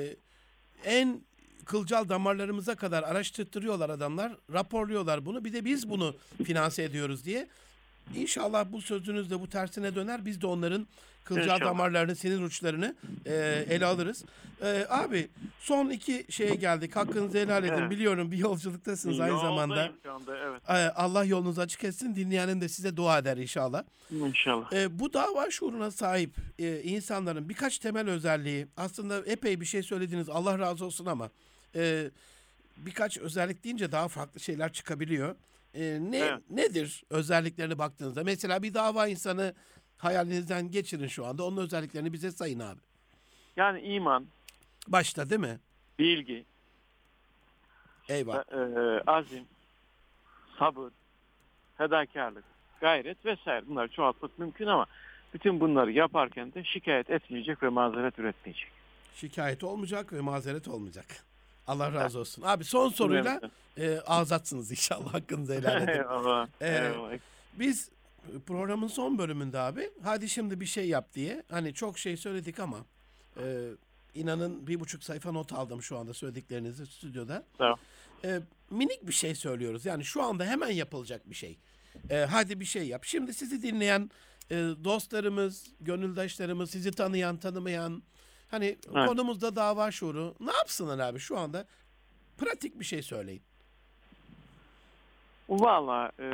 en kılcal damarlarımıza kadar araştırtırıyorlar adamlar. Raporluyorlar bunu. Bir de biz bunu finanse ediyoruz diye. İnşallah bu sözünüz de bu tersine döner. Biz de onların kılcal İnşallah. damarlarını, sinir uçlarını e, ele alırız. E, abi son iki şeye geldik. Hakkınızı helal edin. Evet. Biliyorum bir yolculuktasınız aynı Yoldayım zamanda. şu anda, evet. E, Allah yolunuzu açık etsin. Dinleyenin de size dua eder inşallah. İnşallah. E, bu dava şuuruna sahip e, insanların birkaç temel özelliği aslında epey bir şey söylediniz. Allah razı olsun ama e, birkaç özellik deyince daha farklı şeyler çıkabiliyor. E, ne Evet. nedir özelliklerine baktığınızda? Mesela bir dava insanı hayalinizden geçirin şu anda. Onun özelliklerini bize sayın abi. Yani iman, Başta değil mi? bilgi, Eyvah. e, azim, sabır, fedakarlık, gayret vesaire. Bunları çoğaltmak mümkün ama bütün bunları yaparken de şikayet etmeyecek ve mazeret üretmeyecek. Şikayet olmayacak ve mazeret olmayacak. Allah razı olsun. Abi son soruyla e, azatsınız inşallah. Hakkınızı helal edin. Eyvallah. Ee, Eyvallah. Biz programın son bölümünde abi hadi şimdi bir şey yap diye hani çok şey söyledik ama e, inanın bir buçuk sayfa not aldım şu anda söylediklerinizi stüdyoda. Tamam. E, minik bir şey söylüyoruz yani şu anda hemen yapılacak bir şey. E, hadi bir şey yap. Şimdi sizi dinleyen e, dostlarımız, gönüldaşlarımız, sizi tanıyan, tanımayan hani Evet. konumuzda dava şuuru ne yapsınlar abi şu anda pratik bir şey söyleyin. Valla e,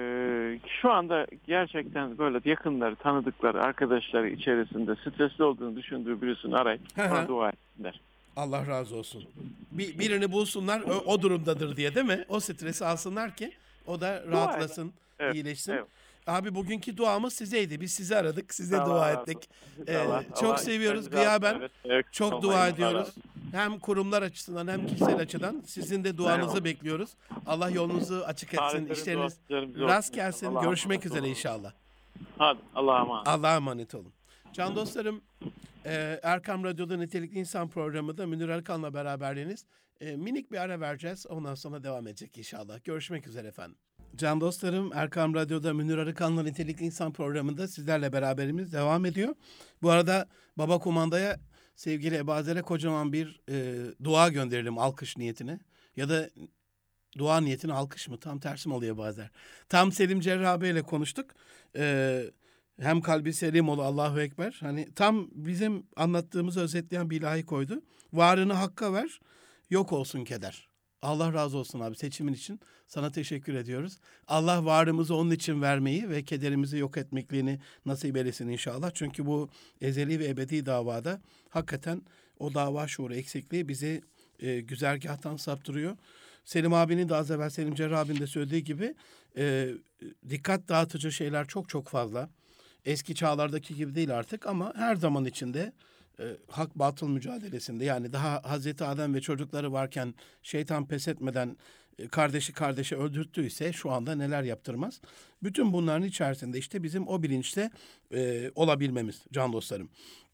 şu anda gerçekten böyle yakınları, tanıdıkları, arkadaşları içerisinde stresli olduğunu düşündüğü birisini arayıp ona dua etsinler. Allah razı olsun. Bir, birini bulsunlar o, o durumdadır diye, değil mi? O stresi alsınlar ki o da Dua edin. rahatlasın, Evet, iyileşsin. evet. Abi bugünkü duamız sizeydi. Biz sizi aradık, size Allah dua razı ettik. olsun. Ee, Allah- çok Allah seviyoruz. işlerinizi razı Gıyaben eylesin. Evet, çok olmayın. dua Allah ediyoruz. razı olsun. Hem kurumlar açısından hem kişisel açıdan sizin de duanızı Eyvallah. bekliyoruz. Allah yolunuzu açık etsin. Tarihlerin İşleriniz dualarımız rast olsun. gelsin. Allah'a Görüşmek emanet üzere olun. inşallah. Hadi Allah'a emanet. Allah'a emanet olun. Can dostlarım, e, Erkam Radyo'da Nitelikli İnsan programında Münir Arıkan'la beraberliğiniz. E, minik bir ara vereceğiz. Ondan sonra devam edecek inşallah. Görüşmek üzere efendim. Can dostlarım, Erkam Radyo'da Münir Arıkan'la Nitelikli İnsan programında sizlerle beraberimiz devam ediyor. Bu arada Baba Kumanda'ya sevgili Ebazer'e kocaman bir e, dua gönderelim alkış niyetine. Ya da dua niyetine alkış mı? Tam tersi mi oluyor bazen? Tam Selim Cerrah Bey ile konuştuk. Ee, hem kalbi selim ol Allahu Ekber. Hani tam bizim anlattığımızı özetleyen bir ilahi koydu. Varını hakka ver, yok olsun keder. Allah razı olsun abi seçimin için. Sana teşekkür ediyoruz. Allah varımızı onun için vermeyi ve kederimizi yok etmekliğini nasip eylesin inşallah. Çünkü bu ezeli ve ebedi davada hakikaten o dava şuuru eksikliği bizi e, güzergahtan saptırıyor. Selim abinin de az evvel Selim Cerrah abinin de söylediği gibi e, dikkat dağıtıcı şeyler çok çok fazla. Eski çağlardaki gibi değil artık ama her zaman içinde e, hak batıl mücadelesinde, yani daha Hazreti Adem ve çocukları varken şeytan pes etmeden e, kardeşi kardeşi öldürttüyse şu anda neler yaptırmaz. Bütün bunların içerisinde işte bizim o bilinçte e, olabilmemiz can dostlarım.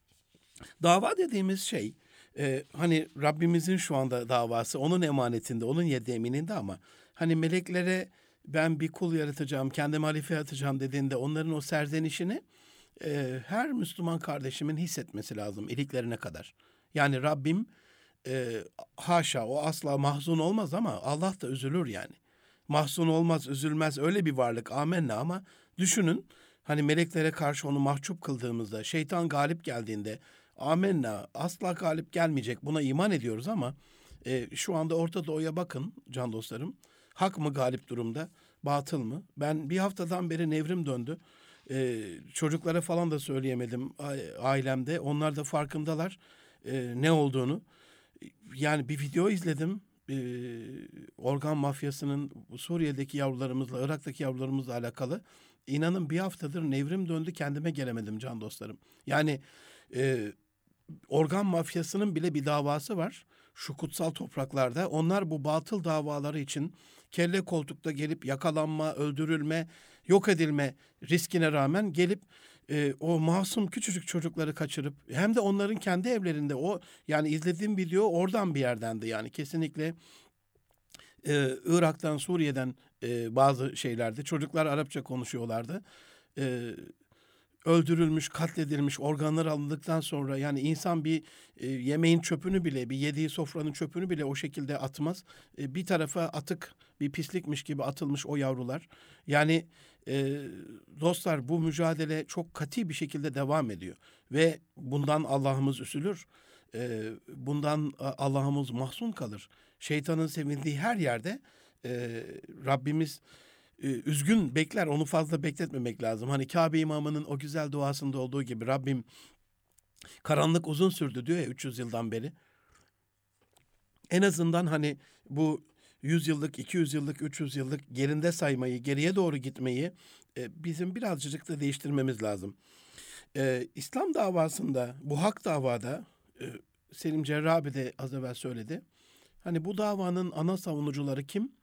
Dava dediğimiz şey e, hani Rabbimizin şu anda davası onun emanetinde, onun yedi emininde ama hani meleklere ben bir kul yaratacağım, kendime halife atacağım dediğinde onların o serzenişini e, her Müslüman kardeşimin hissetmesi lazım iliklerine kadar. Yani Rabbim e, haşa o asla mahzun olmaz ama Allah da üzülür yani. Mahzun olmaz, üzülmez öyle bir varlık amenna ama düşünün hani meleklere karşı onu mahcup kıldığımızda, şeytan galip geldiğinde amenna asla galip gelmeyecek buna iman ediyoruz ama e, şu anda Orta Doğu'ya bakın can dostlarım. Hak mı galip durumda, batıl mı? Ben bir haftadan beri nevrim döndü. Ee, çocuklara falan da söyleyemedim ailemde. Onlar da farkındalar e, ne olduğunu. Yani bir video izledim. Ee, organ mafyasının Suriye'deki yavrularımızla, Irak'taki yavrularımızla alakalı. İnanın bir haftadır nevrim döndü, kendime gelemedim can dostlarım. Yani e, organ mafyasının bile bir davası var. Şu kutsal topraklarda onlar bu batıl davaları için kelle koltukta gelip yakalanma, öldürülme, yok edilme riskine rağmen gelip e, o masum küçücük çocukları kaçırıp hem de onların kendi evlerinde o yani izlediğim video oradan bir yerdendi yani kesinlikle e, Irak'tan, Suriye'den e, bazı şeylerde çocuklar Arapça konuşuyorlardı. E, öldürülmüş, katledilmiş, organlar alındıktan sonra yani insan bir e, yemeğin çöpünü bile, bir yediği sofranın çöpünü bile o şekilde atmaz. E, bir tarafa atık, bir pislikmiş gibi atılmış o yavrular. Yani e, dostlar bu mücadele çok katı bir şekilde devam ediyor. Ve bundan Allah'ımız üzülür. E, bundan Allah'ımız mahzun kalır. Şeytanın sevindiği her yerde e, Rabbimiz üzgün bekler, onu fazla bekletmemek lazım. Hani Kabe imamının o güzel duasında olduğu gibi Rabbim karanlık uzun sürdü diyor ya üç yüz yıldan beri. En azından hani bu yüz yıllık, iki yüz yıllık, üç yüz yıllık gerinde saymayı, geriye doğru gitmeyi e, bizim birazcık da değiştirmemiz lazım. E, İslam davasında, bu hak davada e, Selim Cerrah abi de az evvel söyledi. Hani bu davanın ana savunucuları kim?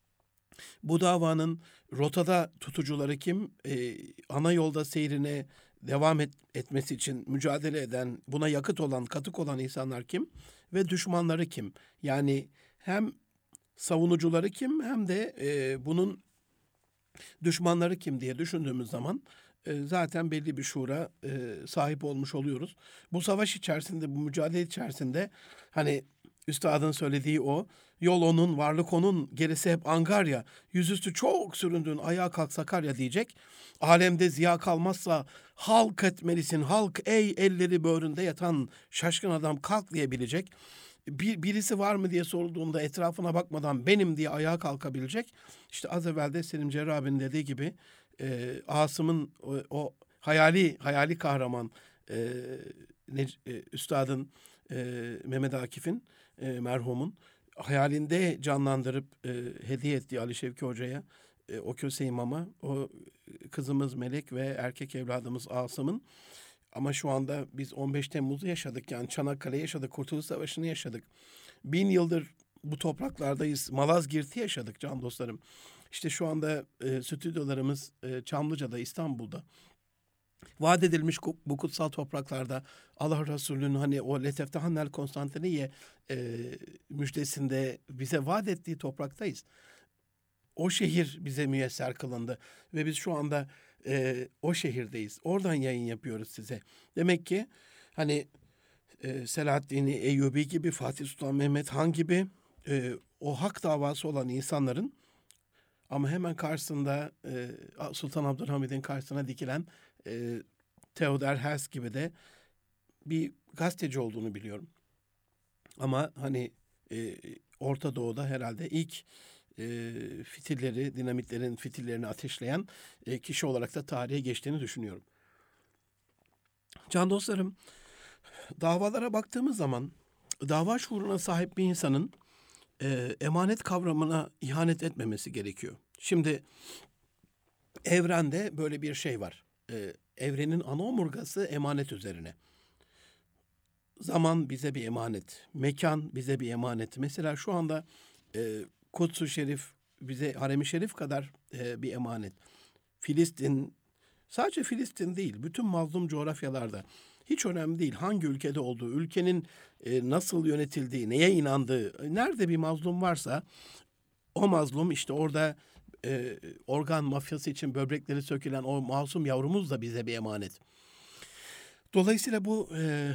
Bu davanın rotada tutucuları kim? Ee, ana yolda seyrine devam et, etmesi için mücadele eden, buna yakıt olan, katık olan insanlar kim? Ve düşmanları kim? Yani hem savunucuları kim hem de e, bunun düşmanları kim diye düşündüğümüz zaman e, zaten belli bir şuura e, sahip olmuş oluyoruz. Bu savaş içerisinde, bu mücadele içerisinde hani üstadın söylediği o, yol onun, varlık onun, gerisi hep angarya, yüzüstü çok süründüğün ayağa kalk Sakarya diyecek. Alemde ziya kalmazsa halk etmelisin, halk ey elleri böğründe yatan şaşkın adam kalk diyebilecek. bir, birisi var mı diye sorulduğunda etrafına bakmadan benim diye ayağa kalkabilecek. İşte az evvel de Selim Cerrah abinin dediği gibi e, Asım'ın o, o hayali hayali kahraman e, ne, e, üstadın e, Mehmet Akif'in e, merhumun hayalinde canlandırıp e, hediye ettiği Ali Şevki Hoca'ya, e, o köse imama, o kızımız Melek ve erkek evladımız Asım'ın. Ama şu anda biz on beş Temmuz'u yaşadık, yani Çanakkale yaşadık, Kurtuluş Savaşı'nı yaşadık. Bin yıldır bu topraklardayız, Malazgirt'i yaşadık can dostlarım. İşte şu anda e, stüdyolarımız e, Çamlıca'da, İstanbul'da. Vaat edilmiş bu kutsal topraklarda Allah Resulü'nün hani o Leteftehanel Konstantiniye e, müjdesinde bize vaat ettiği topraktayız. O şehir bize müyesser kılındı ve biz şu anda e, o şehirdeyiz. Oradan yayın yapıyoruz size. Demek ki hani e, Selahaddin Eyyubi gibi, Fatih Sultan Mehmet Han gibi e, o hak davası olan insanların ama hemen karşısında e, Sultan Abdülhamid'in karşısına dikilen e, Theodor Herzl gibi de bir gazeteci olduğunu biliyorum. Ama hani e, Orta Doğu'da herhalde ilk e, fitilleri, dinamitlerin fitillerini ateşleyen e, kişi olarak da tarihe geçtiğini düşünüyorum. Can dostlarım, davalara baktığımız zaman dava şuuruna sahip bir insanın e, emanet kavramına ihanet etmemesi gerekiyor. Şimdi evrende böyle bir şey var. E, evrenin ana omurgası emanet üzerine. Zaman bize bir emanet, mekan bize bir emanet. Mesela şu anda e, Kuds-u Şerif bize Harem-i Şerif kadar e, bir emanet. Filistin, sadece Filistin değil, bütün mazlum coğrafyalarda hiç önemli değil hangi ülkede olduğu, ülkenin e, nasıl yönetildiği, neye inandığı, nerede bir mazlum varsa o mazlum işte orada e, organ mafyası için böbrekleri sökülen o masum yavrumuz da bize bir emanet. Dolayısıyla bu e,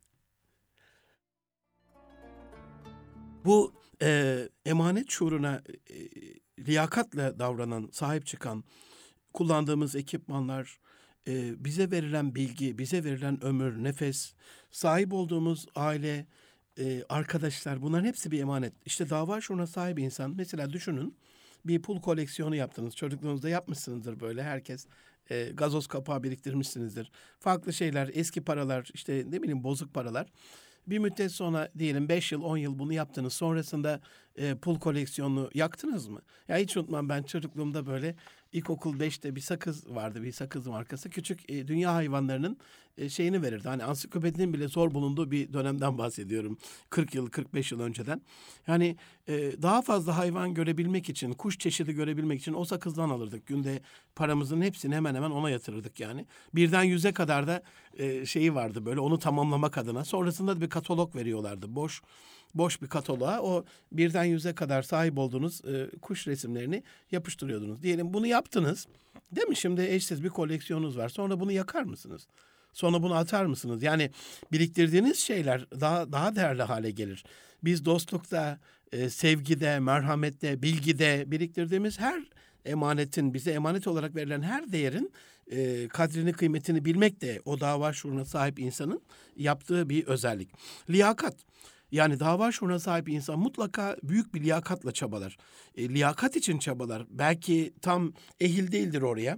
bu e, emanet şuuruna e, liyakatla davranan, sahip çıkan, kullandığımız ekipmanlar, e, bize verilen bilgi, bize verilen ömür, nefes, sahip olduğumuz aile, e, arkadaşlar, bunların hepsi bir emanet. İşte dava şuuruna sahip insan, mesela düşünün, bir pul koleksiyonu yaptınız. Çocukluğunuzda yapmışsınızdır böyle, herkes e, gazoz kapağı biriktirmişsinizdir. Farklı şeyler, eski paralar, işte ne bileyim bozuk paralar. Bir müddet sonra diyelim beş yıl, on yıl bunu yaptınız. Sonrasında e, pul koleksiyonunu yaktınız mı? Ya hiç unutmam, ben çocukluğumda böyle ilkokul beşte bir sakız vardı, bir sakız markası. Küçük e, dünya hayvanlarının e, şeyini verirdi. Hani ansiklopedinin bile zor bulunduğu bir dönemden bahsediyorum. kırk yıl, kırk beş yıl önceden. Yani e, daha fazla hayvan görebilmek için, kuş çeşidi görebilmek için o sakızdan alırdık. Günde paramızın hepsini hemen hemen ona yatırırdık yani. Birden yüze kadar da e, şeyi vardı böyle, onu tamamlamak adına. Sonrasında da bir katalog veriyorlardı. Boş boş bir kataloğa o birden yüze kadar sahip olduğunuz e, kuş resimlerini yapıştırıyordunuz. Diyelim bunu yaptınız. Değil mi? Şimdi eşsiz bir koleksiyonunuz var. Sonra bunu yakar mısınız? Sonra bunu atar mısınız? Yani biriktirdiğiniz şeyler daha daha değerli hale gelir. Biz dostlukta, e, sevgide, merhamette, bilgide biriktirdiğimiz her emanetin, bize emanet olarak verilen her değerin e, kadrini, kıymetini bilmek de o dava şuuruna sahip insanın yaptığı bir özellik. Liyakat. Yani dava şuuruna sahip insan mutlaka büyük bir liyakatla çabalar. E, liyakat için çabalar. Belki tam ehil değildir oraya.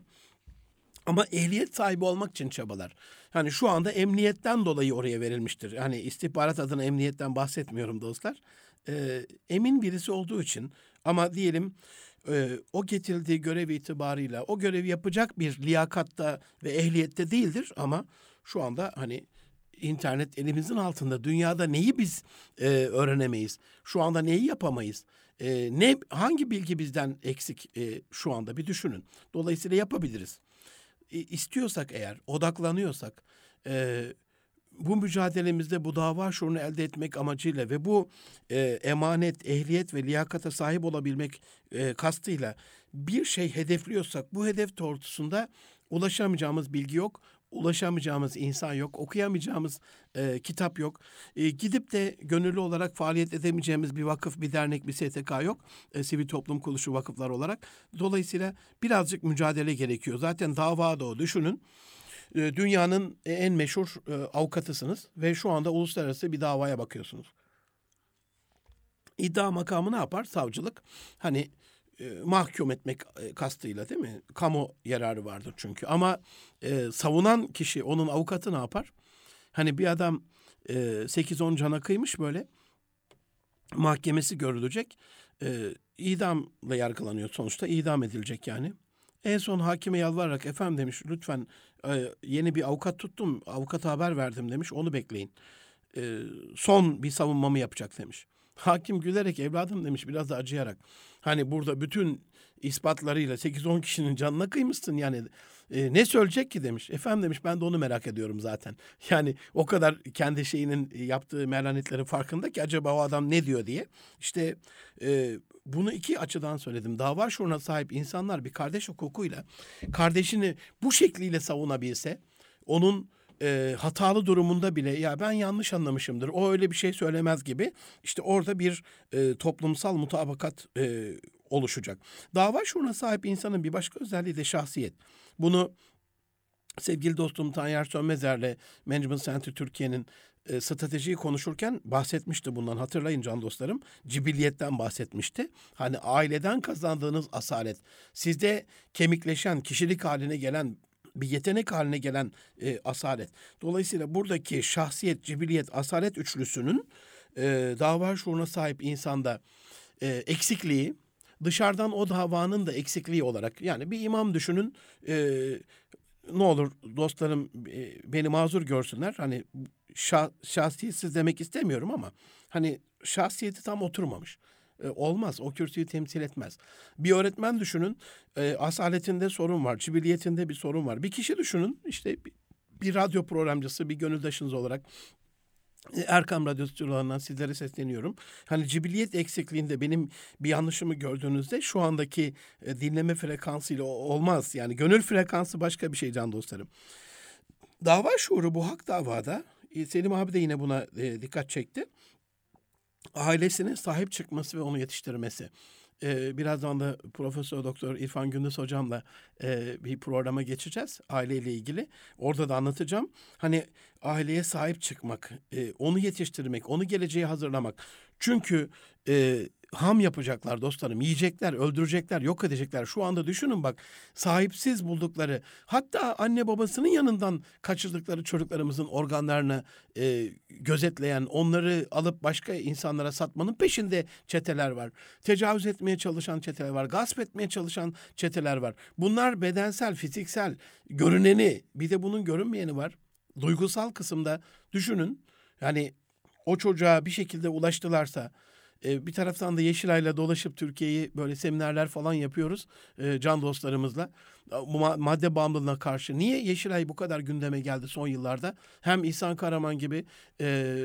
Ama ehliyet sahibi olmak için çabalar. Hani şu anda emniyetten dolayı oraya verilmiştir. Yani istihbarat adına emniyetten bahsetmiyorum dostlar. E, emin birisi olduğu için, ama diyelim e, o getirildiği görev itibarıyla o görevi yapacak bir liyakatta ve ehliyette değildir. Ama şu anda hani İnternet elimizin altında. Dünyada neyi biz e, öğrenemeyiz? Şu anda neyi yapamayız? E, ne hangi bilgi bizden eksik e, şu anda bir düşünün. Dolayısıyla yapabiliriz. E, istiyorsak eğer, odaklanıyorsak, e, bu mücadelemizde bu dava şuurunu elde etmek amacıyla ve bu e, emanet, ehliyet ve liyakata sahip olabilmek e, kastıyla bir şey hedefliyorsak, bu hedef doğrultusunda ulaşamayacağımız bilgi yok. Ulaşamayacağımız insan yok, okuyamayacağımız e, kitap yok. E, gidip de gönüllü olarak faaliyet edemeyeceğimiz bir vakıf, bir dernek, bir S T K yok. E, sivil toplum kuruluşu vakıflar olarak. Dolayısıyla birazcık mücadele gerekiyor. Zaten dava da o. Düşünün. E, dünyanın en meşhur e, avukatısınız ve şu anda uluslararası bir davaya bakıyorsunuz. İddia makamı ne yapar? Savcılık hani e, mahkum etmek e, kastıyla, değil mi? Kamu yararı vardır çünkü. Ama e, savunan kişi, onun avukatı ne yapar? Hani bir adam e, sekiz on cana kıymış, böyle mahkemesi görülecek. E, idamla yargılanıyor sonuçta. İdam edilecek yani. En son hakime yalvararak, efendim demiş, lütfen e, yeni bir avukat tuttum. Avukata haber verdim demiş. Onu bekleyin. E, son bir savunmamı yapacak demiş. Hakim gülerek, evladım demiş, biraz da acıyarak. Hani burada bütün ispatlarıyla sekiz on kişinin canına kıymışsın yani. E, ne söyleyecek ki demiş. Efendim demiş, ben de onu merak ediyorum zaten. Yani o kadar kendi şeyinin yaptığı melanetlerin farkında ki acaba o adam ne diyor diye. İşte e, bunu iki açıdan söyledim. Dava şuuruna sahip insanlar bir kardeş hukukuyla kardeşini bu şekliyle savunabilse, onun e, hatalı durumunda bile ya ben yanlış anlamışımdır, o öyle bir şey söylemez gibi, işte orada bir e, toplumsal mutabakat e, oluşacak. Dava şuuruna sahip insanın bir başka özelliği de şahsiyet. Bunu sevgili dostum Taner Sönmezer'le Management Center Türkiye'nin e, stratejiyi konuşurken bahsetmişti bundan, hatırlayın can dostlarım. Cibilliyetten bahsetmişti. Hani aileden kazandığınız asalet, sizde kemikleşen, kişilik haline gelen, bir yetenek haline gelen e, asalet. Dolayısıyla buradaki şahsiyet, cibiliyet, asalet üçlüsünün e, dava şuuruna sahip insanda e, eksikliği, dışarıdan o davanın da eksikliği olarak, yani bir imam düşünün, e, ne olur dostlarım e, beni mazur görsünler. Hani şah, şahsiyetsiz demek istemiyorum ama hani şahsiyeti tam oturmamış. E, olmaz. O kürsüyü temsil etmez. Bir öğretmen düşünün. E, asaletinde sorun var. Cibiliyetinde bir sorun var. Bir kişi düşünün. İşte bir, bir radyo programcısı, bir gönüldaşınız olarak e, Erkam Radyo stüdyolarından sizlere sesleniyorum. Hani cibiliyet eksikliğinde benim bir yanlışımı gördüğünüzde şu andaki e, dinleme frekansıyla olmaz. Yani gönül frekansı başka bir şey can dostlarım. Dava şuuru bu hak davada, e, Selim abi de yine buna e, dikkat çekti. Ailesine sahip çıkması ve onu yetiştirmesi. Ee, birazdan da Profesör Doktor İrfan Gündüz hocamla e, bir programa geçeceğiz aileyle ilgili. Orada da anlatacağım. Hani aileye sahip çıkmak, e, onu yetiştirmek, onu geleceğe hazırlamak. Çünkü e, ham yapacaklar dostlarım, yiyecekler, öldürecekler, yok edecekler. Şu anda düşünün bak, sahipsiz buldukları, hatta anne babasının yanından kaçırdıkları çocuklarımızın organlarını e, gözetleyen, onları alıp başka insanlara satmanın peşinde çeteler var. Tecavüz etmeye çalışan çeteler var, gasp etmeye çalışan çeteler var. Bunlar bedensel, fiziksel, görüneni, bir de bunun görünmeyeni var. Duygusal kısımda düşünün, yani o çocuğa bir şekilde ulaştılarsa, e, bir taraftan da Yeşilay'la dolaşıp Türkiye'yi böyle seminerler falan yapıyoruz e, can dostlarımızla. Bu ma- madde bağımlılığına karşı. Niye Yeşilay bu kadar gündeme geldi son yıllarda? Hem İhsan Karaman gibi e,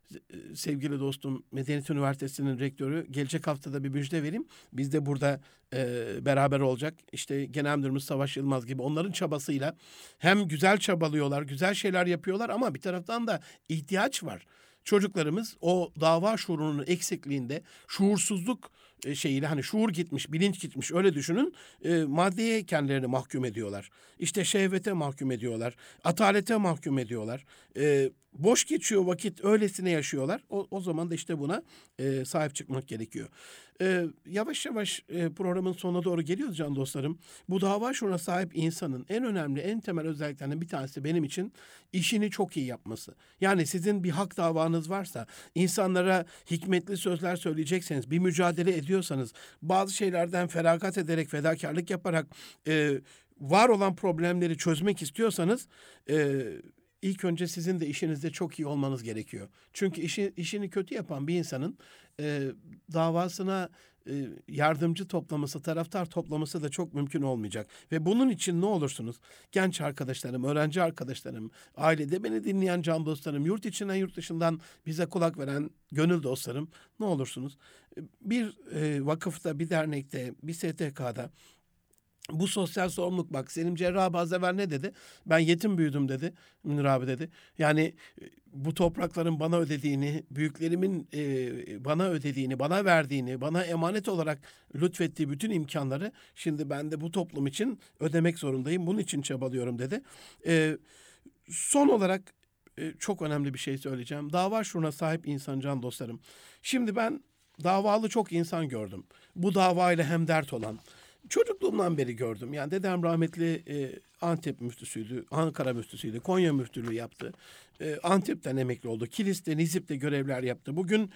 sevgili dostum Medeniyet Üniversitesi'nin rektörü, gelecek haftada bir müjde vereyim. Biz de burada e, beraber olacak. İşte Genel Müdürümüz Savaş Yılmaz gibi, onların çabasıyla hem güzel çabalıyorlar, güzel şeyler yapıyorlar ama bir taraftan da ihtiyaç var. Çocuklarımız o dava şuurunun eksikliğinde, şuursuzluk e, şeyiyle, hani şuur gitmiş, bilinç gitmiş, öyle düşünün. E, maddeye kendilerini mahkum ediyorlar. İşte şehvete mahkum ediyorlar. Atalete mahkum ediyorlar. E, boş geçiyor vakit, öylesine yaşıyorlar. O, o zaman da işte buna e, sahip çıkmak gerekiyor. E, yavaş yavaş e, programın sonuna doğru geliyoruz can dostlarım. Bu dava şuuruna sahip insanın en önemli, en temel özelliklerinden bir tanesi benim için işini çok iyi yapması. Yani sizin bir hak davanız varsa, insanlara hikmetli sözler söyleyecekseniz, bir mücadele ediyorsanız, bazı şeylerden feragat ederek, fedakarlık yaparak e, var olan problemleri çözmek istiyorsanız, e, ilk önce sizin de işinizde çok iyi olmanız gerekiyor. Çünkü işi, işini kötü yapan bir insanın e, davasına e, yardımcı toplaması, taraftar toplaması da çok mümkün olmayacak. Ve bunun için ne olursunuz? Genç arkadaşlarım, öğrenci arkadaşlarım, ailede beni dinleyen can dostlarım, yurt içinden yurt dışından bize kulak veren gönül dostlarım, ne olursunuz? Bir e, vakıfta, bir dernekte, bir S T K'da bu sosyal sorumluluk, bak Selim Cerrah az evvel ne dedi? Ben yetim büyüdüm dedi. Münir abi dedi. Yani bu toprakların bana ödediğini, büyüklerimin e, bana ödediğini, bana verdiğini, bana emanet olarak lütfettiği bütün imkanları şimdi ben de bu toplum için ödemek zorundayım. Bunun için çabalıyorum dedi. E, son olarak e, çok önemli bir şey söyleyeceğim. Dava şuuruna sahip insan can dostlarım. Şimdi ben davalı çok insan gördüm. Bu davayla hemdert olan. Çocukluğumdan beri gördüm. Yani dedem rahmetli e, Antep müftüsüydü, Ankara müftüsüydü, Konya müftülüğü yaptı. E, Antep'ten emekli oldu. Kilis'te, Nizip'te görevler yaptı. Bugün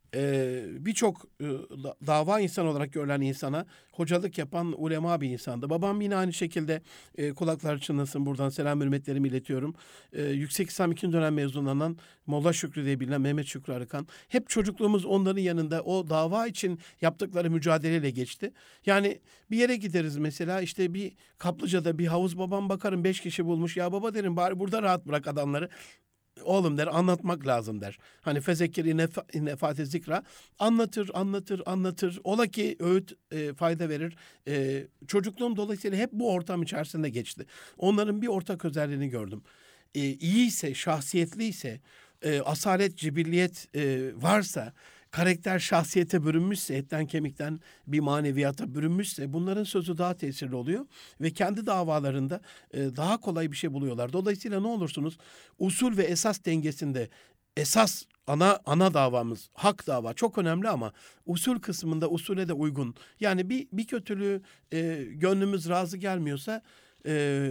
e, birçok e, dava insan olarak görülen insana hocalık yapan ulema bir insandı. Babam yine aynı şekilde e, kulakları çınlasın, buradan selam hürmetlerimi iletiyorum. E, Yüksek İslam ikinci dönem mezunlarından Molla Şükrü diye bilinen Mehmet Şükrü Arıkan. Hep çocukluğumuz onların yanında o dava için yaptıkları mücadeleyle geçti. Yani bir yere gideriz mesela, işte bir kaplıcada bir havuz, babam bakarım beş kişi bulmuş. Ya baba derim, bari burada rahat bırak adamları. Oğlum der, anlatmak lazım der. Hani fezekkeri nefate zikra, anlatır anlatır anlatır. Ola ki öğüt e, fayda verir. E, çocukluğum dolayısıyla hep bu ortam içerisinde geçti. Onların bir ortak özelliğini gördüm. E, iyiyse, şahsiyetliyse, e, asalet, cibilliyet e, varsa, karakter şahsiyete bürünmüşse, etten kemikten bir maneviyata bürünmüşse, bunların sözü daha tesirli oluyor ve kendi davalarında e, daha kolay bir şey buluyorlar. Dolayısıyla ne olursunuz, usul ve esas dengesinde, esas ana ana davamız hak dava çok önemli ama usul kısmında usule de uygun. Yani bir bir kötülüğü e, gönlümüz razı gelmiyorsa, e,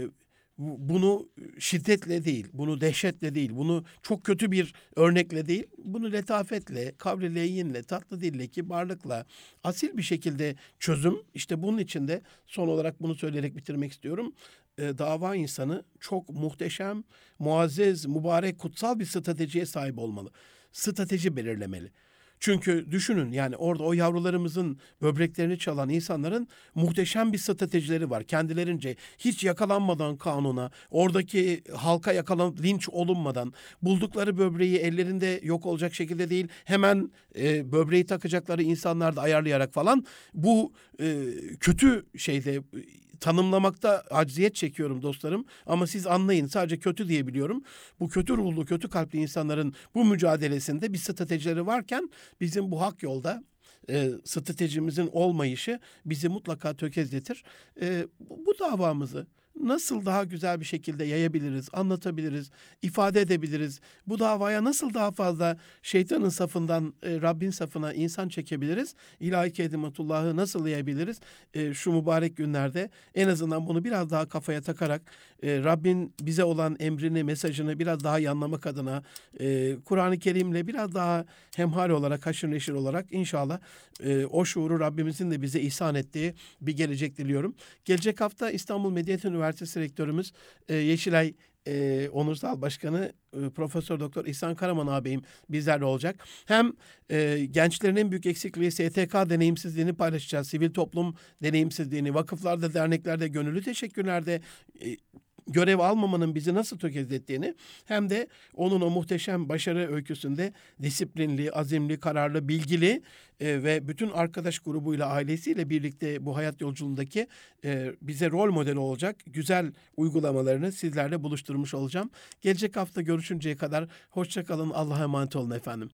bunu şiddetle değil, bunu dehşetle değil, bunu çok kötü bir örnekle değil, bunu letafetle, kavli leyinle, tatlı dille, kibarlıkla, asil bir şekilde çözüm. İşte bunun için de son olarak bunu söyleyerek bitirmek istiyorum. E, dava insanı çok muhteşem, muazzez, mübarek, kutsal bir stratejiye sahip olmalı. Strateji belirlemeli. Çünkü düşünün, yani orada o yavrularımızın böbreklerini çalan insanların muhteşem bir stratejileri var. Kendilerince hiç yakalanmadan kanuna, oradaki halka yakalanıp linç olunmadan, buldukları böbreği ellerinde yok olacak şekilde değil, hemen e, böbreği takacakları insanlar da ayarlayarak falan, bu e, kötü şeyde tanımlamakta acziyet çekiyorum dostlarım. Ama siz anlayın, sadece kötü diyebiliyorum. Bu kötü ruhlu, kötü kalpli insanların bu mücadelesinde bir stratejileri varken, bizim bu hak yolda e, stratejimizin olmayışı bizi mutlaka tökezletir. E, bu, bu davamızı nasıl daha güzel bir şekilde yayabiliriz, anlatabiliriz, ifade edebiliriz? Bu davaya nasıl daha fazla şeytanın safından e, Rabbin safına insan çekebiliriz? İlahi kelimetullahı nasıl yayabiliriz? E, şu mübarek günlerde en azından bunu biraz daha kafaya takarak, e, Rabbin bize olan emrini, mesajını biraz daha iyi anlamak adına, e, Kur'an-ı Kerim'le biraz daha hemhal olarak, haşır neşir olarak inşallah e, o şuuru Rabbimizin de bize ihsan ettiği bir gelecek diliyorum. Gelecek hafta İstanbul Medeniyet Üniversitesi Rektörümüz e, Yeşilay e, Onursal Başkanı e, Profesör Doktor İhsan Karaman ağabeyim bizlerle olacak. Hem e, gençlerin en büyük eksikliği S T K deneyimsizliğini paylaşacağız. Sivil toplum deneyimsizliğini, vakıflarda, derneklerde, gönüllü teşekkürlerde e, görev almamanın bizi nasıl tökezlettiğini, hem de onun o muhteşem başarı öyküsünde disiplinli, azimli, kararlı, bilgili e, ve bütün arkadaş grubuyla, ailesiyle birlikte bu hayat yolculuğundaki e, bize rol modeli olacak güzel uygulamalarını sizlerle buluşturmuş olacağım. Gelecek hafta görüşünceye kadar hoşça kalın, Allah'a emanet olun efendim.